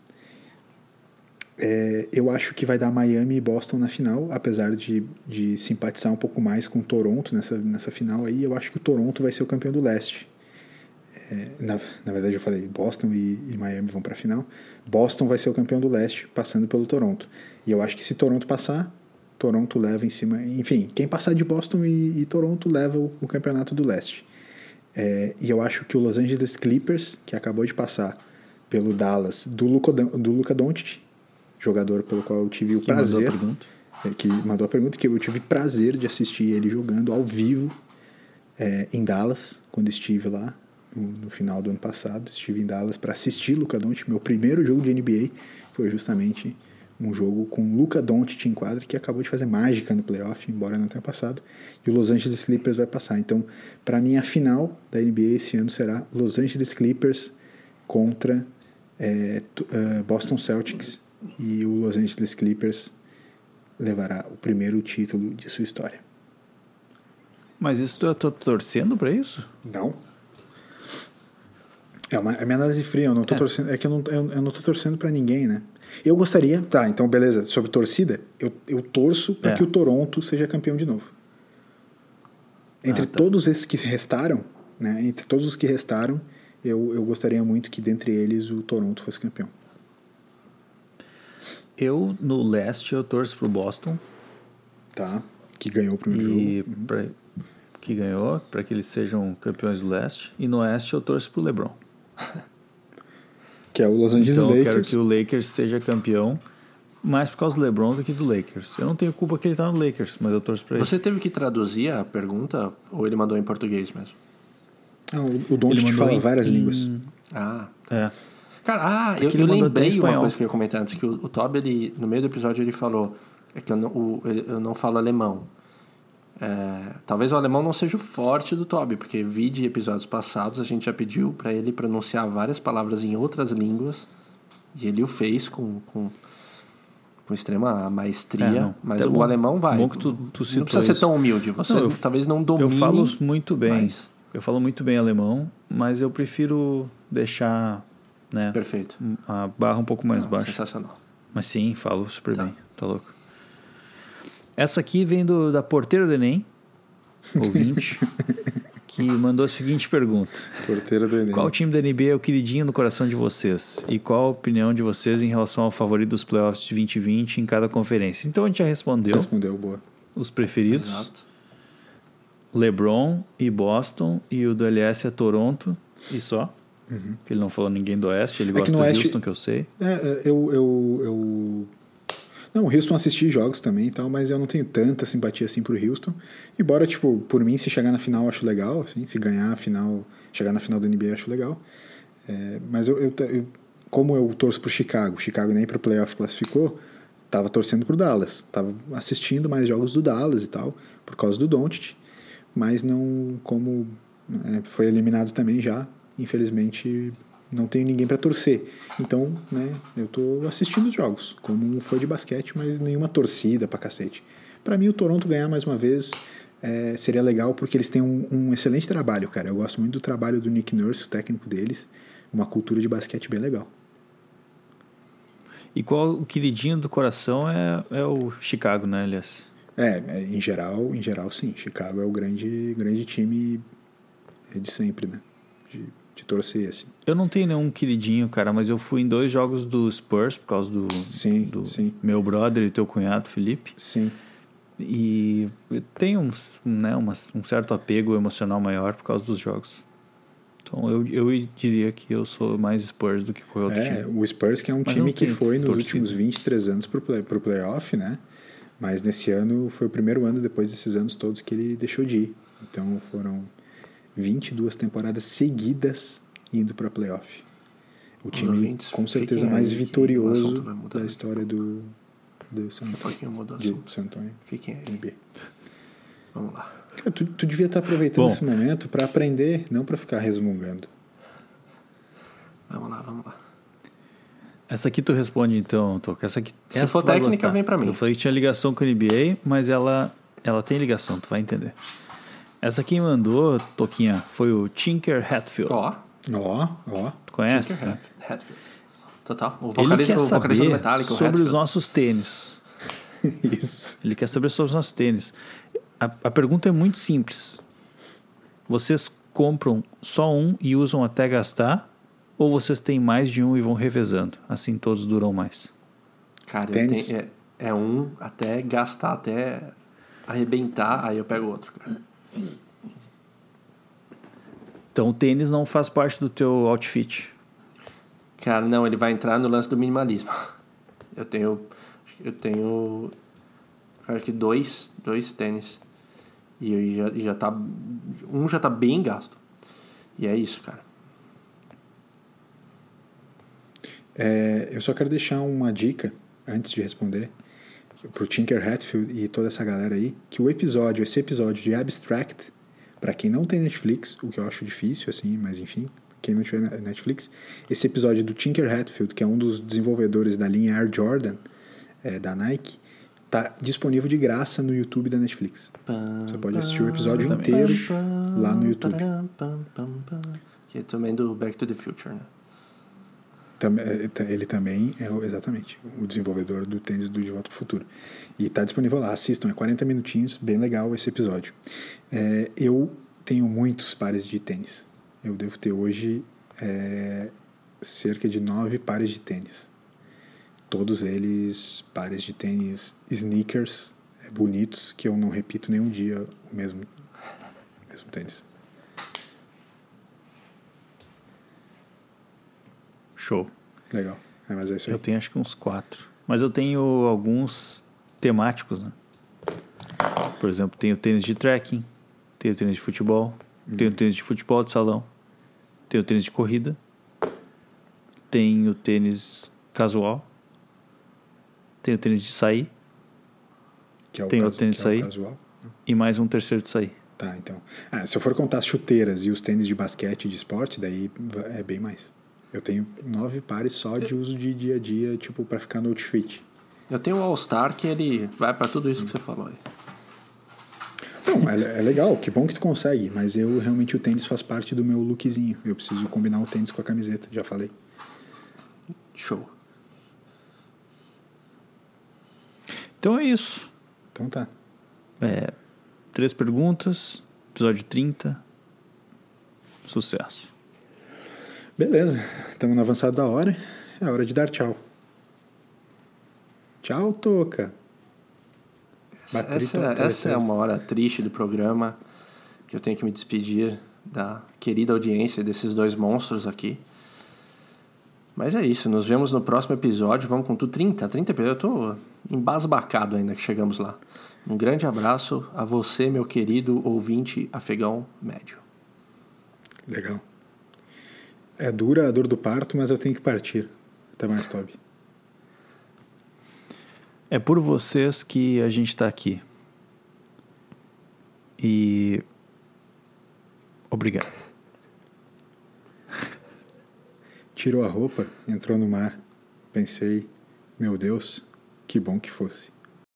É, eu acho que vai dar Miami e Boston na final, apesar de, de simpatizar um pouco mais com Toronto nessa, nessa final aí. Eu acho que o Toronto vai ser o campeão do leste. É, na, na verdade eu falei Boston e, e Miami vão para a final. Boston vai ser o campeão do leste, passando pelo Toronto. E eu acho que se Toronto passar, Toronto leva em cima... Enfim, quem passar de Boston e, e Toronto leva o, o campeonato do leste. É, e eu acho que o Los Angeles Clippers, que acabou de passar pelo Dallas, do Luka, do Luka Doncic, jogador pelo qual eu tive o que prazer... Mandou a pergunta. É, que mandou a pergunta, que eu tive prazer de assistir ele jogando ao vivo é, em Dallas, quando estive lá. No final do ano passado, estive em Dallas para assistir Luka Doncic. Meu primeiro jogo de N B A foi justamente um jogo com Luka Doncic em quadra, que acabou de fazer mágica no playoff, embora não tenha passado, e o Los Angeles Clippers vai passar. Então, para mim, a final da N B A esse ano será Los Angeles Clippers contra é, uh, Boston Celtics, e o Los Angeles Clippers levará o primeiro título de sua história. Mas isso eu tô torcendo para isso? Não. É uma é minha análise fria, eu não tô é. torcendo, é que eu não, eu, eu não tô torcendo pra ninguém, né? Eu gostaria, tá, então beleza, sobre torcida, eu, eu torço pra é. que o Toronto seja campeão de novo. Entre ah, tá. todos esses que restaram, né, entre todos os que restaram, eu, eu gostaria muito que dentre eles o Toronto fosse campeão. Eu, no leste, eu torço pro Boston. Tá, que ganhou o primeiro e jogo. Pra, que ganhou, pra que eles sejam campeões do leste. E no oeste eu torço pro LeBron. Que é o Los Angeles então, Lakers. Eu quero que o Lakers seja campeão, mais por causa do LeBron do que do Lakers. Eu não tenho culpa que ele tá no Lakers, mas eu torço pra ele. Você teve que traduzir a pergunta ou ele mandou em português mesmo? Ah, o o Doncic fala em, várias em... línguas. Ah. É. Cara, ah, eu, eu lembrei uma coisa que eu ia comentar antes, que o, o Toby, ele, no meio do episódio, ele falou é que eu não, o, eu não falo alemão. É, talvez o alemão não seja o forte do Toby, porque vi de episódios passados, a gente já pediu para ele pronunciar várias palavras em outras línguas e ele o fez com, com, com extrema maestria, é, não, mas é o bom, alemão vai. Bom que tu, tu não precisa ser tão humilde, você não, eu, talvez não domine. Eu falo muito bem, mas... eu falo muito bem alemão, mas eu prefiro deixar, né, perfeito, a barra um pouco mais não, baixa. Sensacional. Mas sim, falo super tá. bem, tá louco. Essa aqui vem do, da porteira do Enem, ouvinte, que mandou a seguinte pergunta. Porteira do Enem. Qual time da N B A é o queridinho no coração de vocês? E qual a opinião de vocês em relação ao favorito dos playoffs de vinte e vinte em cada conferência? Então a gente já respondeu. Respondeu, boa. Os preferidos. Exato. LeBron e Boston, e o do L S é Toronto, e só. Uhum. Ele não falou ninguém do Oeste, ele é gosta do Oeste, Houston, que eu sei. É, eu... eu, eu... Não, o Houston assisti jogos também e tal, mas eu não tenho tanta simpatia assim pro Houston. Embora, tipo, por mim, se chegar na final eu acho legal, assim, se ganhar a final, chegar na final do N B A eu acho legal. É, mas eu, eu, eu, como eu torço pro Chicago, Chicago nem pro playoff classificou, tava torcendo pro Dallas. Tava assistindo mais jogos do Dallas e tal, por causa do Doncic, mas não, como é, foi eliminado também já, infelizmente... não tenho ninguém para torcer. Então, né, eu tô assistindo os jogos, como um fã de basquete, mas nenhuma torcida pra cacete. Para mim, o Toronto ganhar mais uma vez é, seria legal, porque eles têm um, um excelente trabalho, cara. Eu gosto muito do trabalho do Nick Nurse, o técnico deles. Uma cultura de basquete bem legal. E qual o queridinho do coração é, é o Chicago, né, aliás? É, em geral, em geral, sim. Chicago é o grande, grande time de sempre, né? De, de torcer, assim. Eu não tenho nenhum queridinho, cara, mas eu fui em dois jogos do Spurs por causa do, sim, do sim. meu brother e teu cunhado, Felipe. Sim. E tem um, né, uma, um certo apego emocional maior por causa dos jogos. Então eu, eu diria que eu sou mais Spurs do que qualquer outro é, time. O Spurs que é um mas time que foi nos torcida. últimos vinte e três anos pro, play, pro playoff, né? Mas nesse ano foi o primeiro ano depois desses anos todos que ele deixou de ir. Então foram vinte e duas temporadas seguidas indo para playoff. O time ouvintes, com certeza mais vitorioso da história do, do San Antonio. De San Antonio. Fiquem aí. Vamos lá. Cara, tu, tu devia estar aproveitando Bom, esse momento para aprender, não para ficar resmungando. Vamos lá, vamos lá. Essa aqui tu responde então, Toca. Essa aqui, Se for técnica, vem para mim. Eu falei que tinha ligação com a N B A, mas ela, ela tem ligação, tu vai entender. Essa quem mandou, Toquinha, foi o Tinker Hatfield. Ó. Ó, ó. Tu conhece? Tinker Né? Hatfield. Total. O Ele vocalista, quer o vocalista do saber Metallica, o sobre Hatfield. os nossos tênis. Isso. Ele quer saber sobre os nossos tênis. A, a pergunta é muito simples. Vocês compram só um e usam até gastar? Ou vocês têm mais de um e vão revezando? Assim todos duram mais. Cara, eu Tênis. tenho, é, é um até gastar, até arrebentar, aí eu pego outro, cara. Então o tênis não faz parte do teu outfit. Cara, não, ele vai entrar no lance do minimalismo. Eu tenho, eu tenho, acho que dois, dois tênis. E eu já, já tá, um já tá bem gasto. E é isso, cara. É, eu só quero deixar uma dica, antes de responder, pro Tinker Hatfield e toda essa galera aí, que o episódio, esse episódio de Abstract, para quem não tem Netflix, o que eu acho difícil, assim, mas enfim, quem não tiver Netflix, esse episódio do Tinker Hatfield, que é um dos desenvolvedores da linha Air Jordan, é, da Nike, tá disponível de graça no YouTube da Netflix. Você pode assistir o episódio inteiro lá no YouTube. Que é também do Back to the Future, né? Ele também é, exatamente, o desenvolvedor do tênis do De Volta para o Futuro. E está disponível lá, assistam, é quarenta minutinhos, bem legal esse episódio. É, eu tenho muitos pares de tênis. Eu devo ter hoje é, cerca de nove pares de tênis. Todos eles pares de tênis sneakers, é, bonitos, que eu não repito nenhum dia o mesmo, o mesmo tênis. Show. Legal. É, mas é isso aí. Eu tenho acho que uns quatro. Mas eu tenho alguns temáticos, né? Por exemplo, tenho tênis de trekking, tenho tênis de futebol, uhum. tenho tênis de futebol de salão, tenho tênis de corrida, tenho tênis casual, tenho tênis de sair, que é o tenho caso, tênis de que é o sair casual. E mais um terceiro de sair. Tá, então. Ah, se eu for contar as chuteiras e os tênis de basquete e de esporte, daí é bem mais. Eu tenho nove pares só de uso de dia a dia, tipo, pra ficar no outfit. Eu tenho o All-Star que ele vai pra tudo isso que você falou aí. Não, é, é legal, que bom que tu consegue, mas eu realmente o tênis faz parte do meu lookzinho. Eu preciso combinar o tênis com a camiseta, já falei. Show. Então é isso. Então tá. É, três perguntas, episódio trinta. Sucesso. Beleza, estamos no avançado da hora. É hora de dar tchau. Tchau, Toca. Essa, essa, essa é uma hora triste do programa, que eu tenho que me despedir da querida audiência desses dois monstros aqui. Mas é isso, nos vemos no próximo episódio. Vamos com tudo. trinta, trinta episódios. Eu tô embasbacado ainda que chegamos lá. Um grande abraço a você, meu querido ouvinte afegão médio. Legal. É dura a dor do parto, mas eu tenho que partir. Até mais, Toby. É por vocês que a gente está aqui. E... obrigado. Tirou a roupa, entrou no mar. Pensei, meu Deus, que bom que fosse.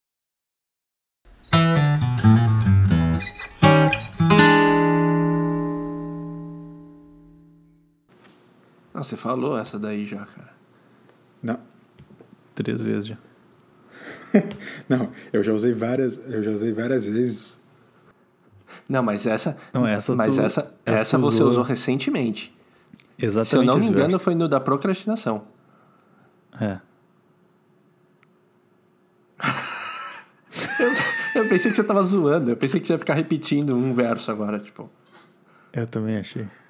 Não, você falou essa daí já, cara. Não. Três vezes já. Não, eu já usei várias, eu já usei várias vezes. Não, mas essa, não, essa, mas tu, essa, essa, essa você usou. usou recentemente. Exatamente. Se eu não me engano, versos. foi no da procrastinação. É. eu, eu pensei que você tava zoando. Eu pensei que você ia ficar repetindo um verso agora, tipo. Eu também achei.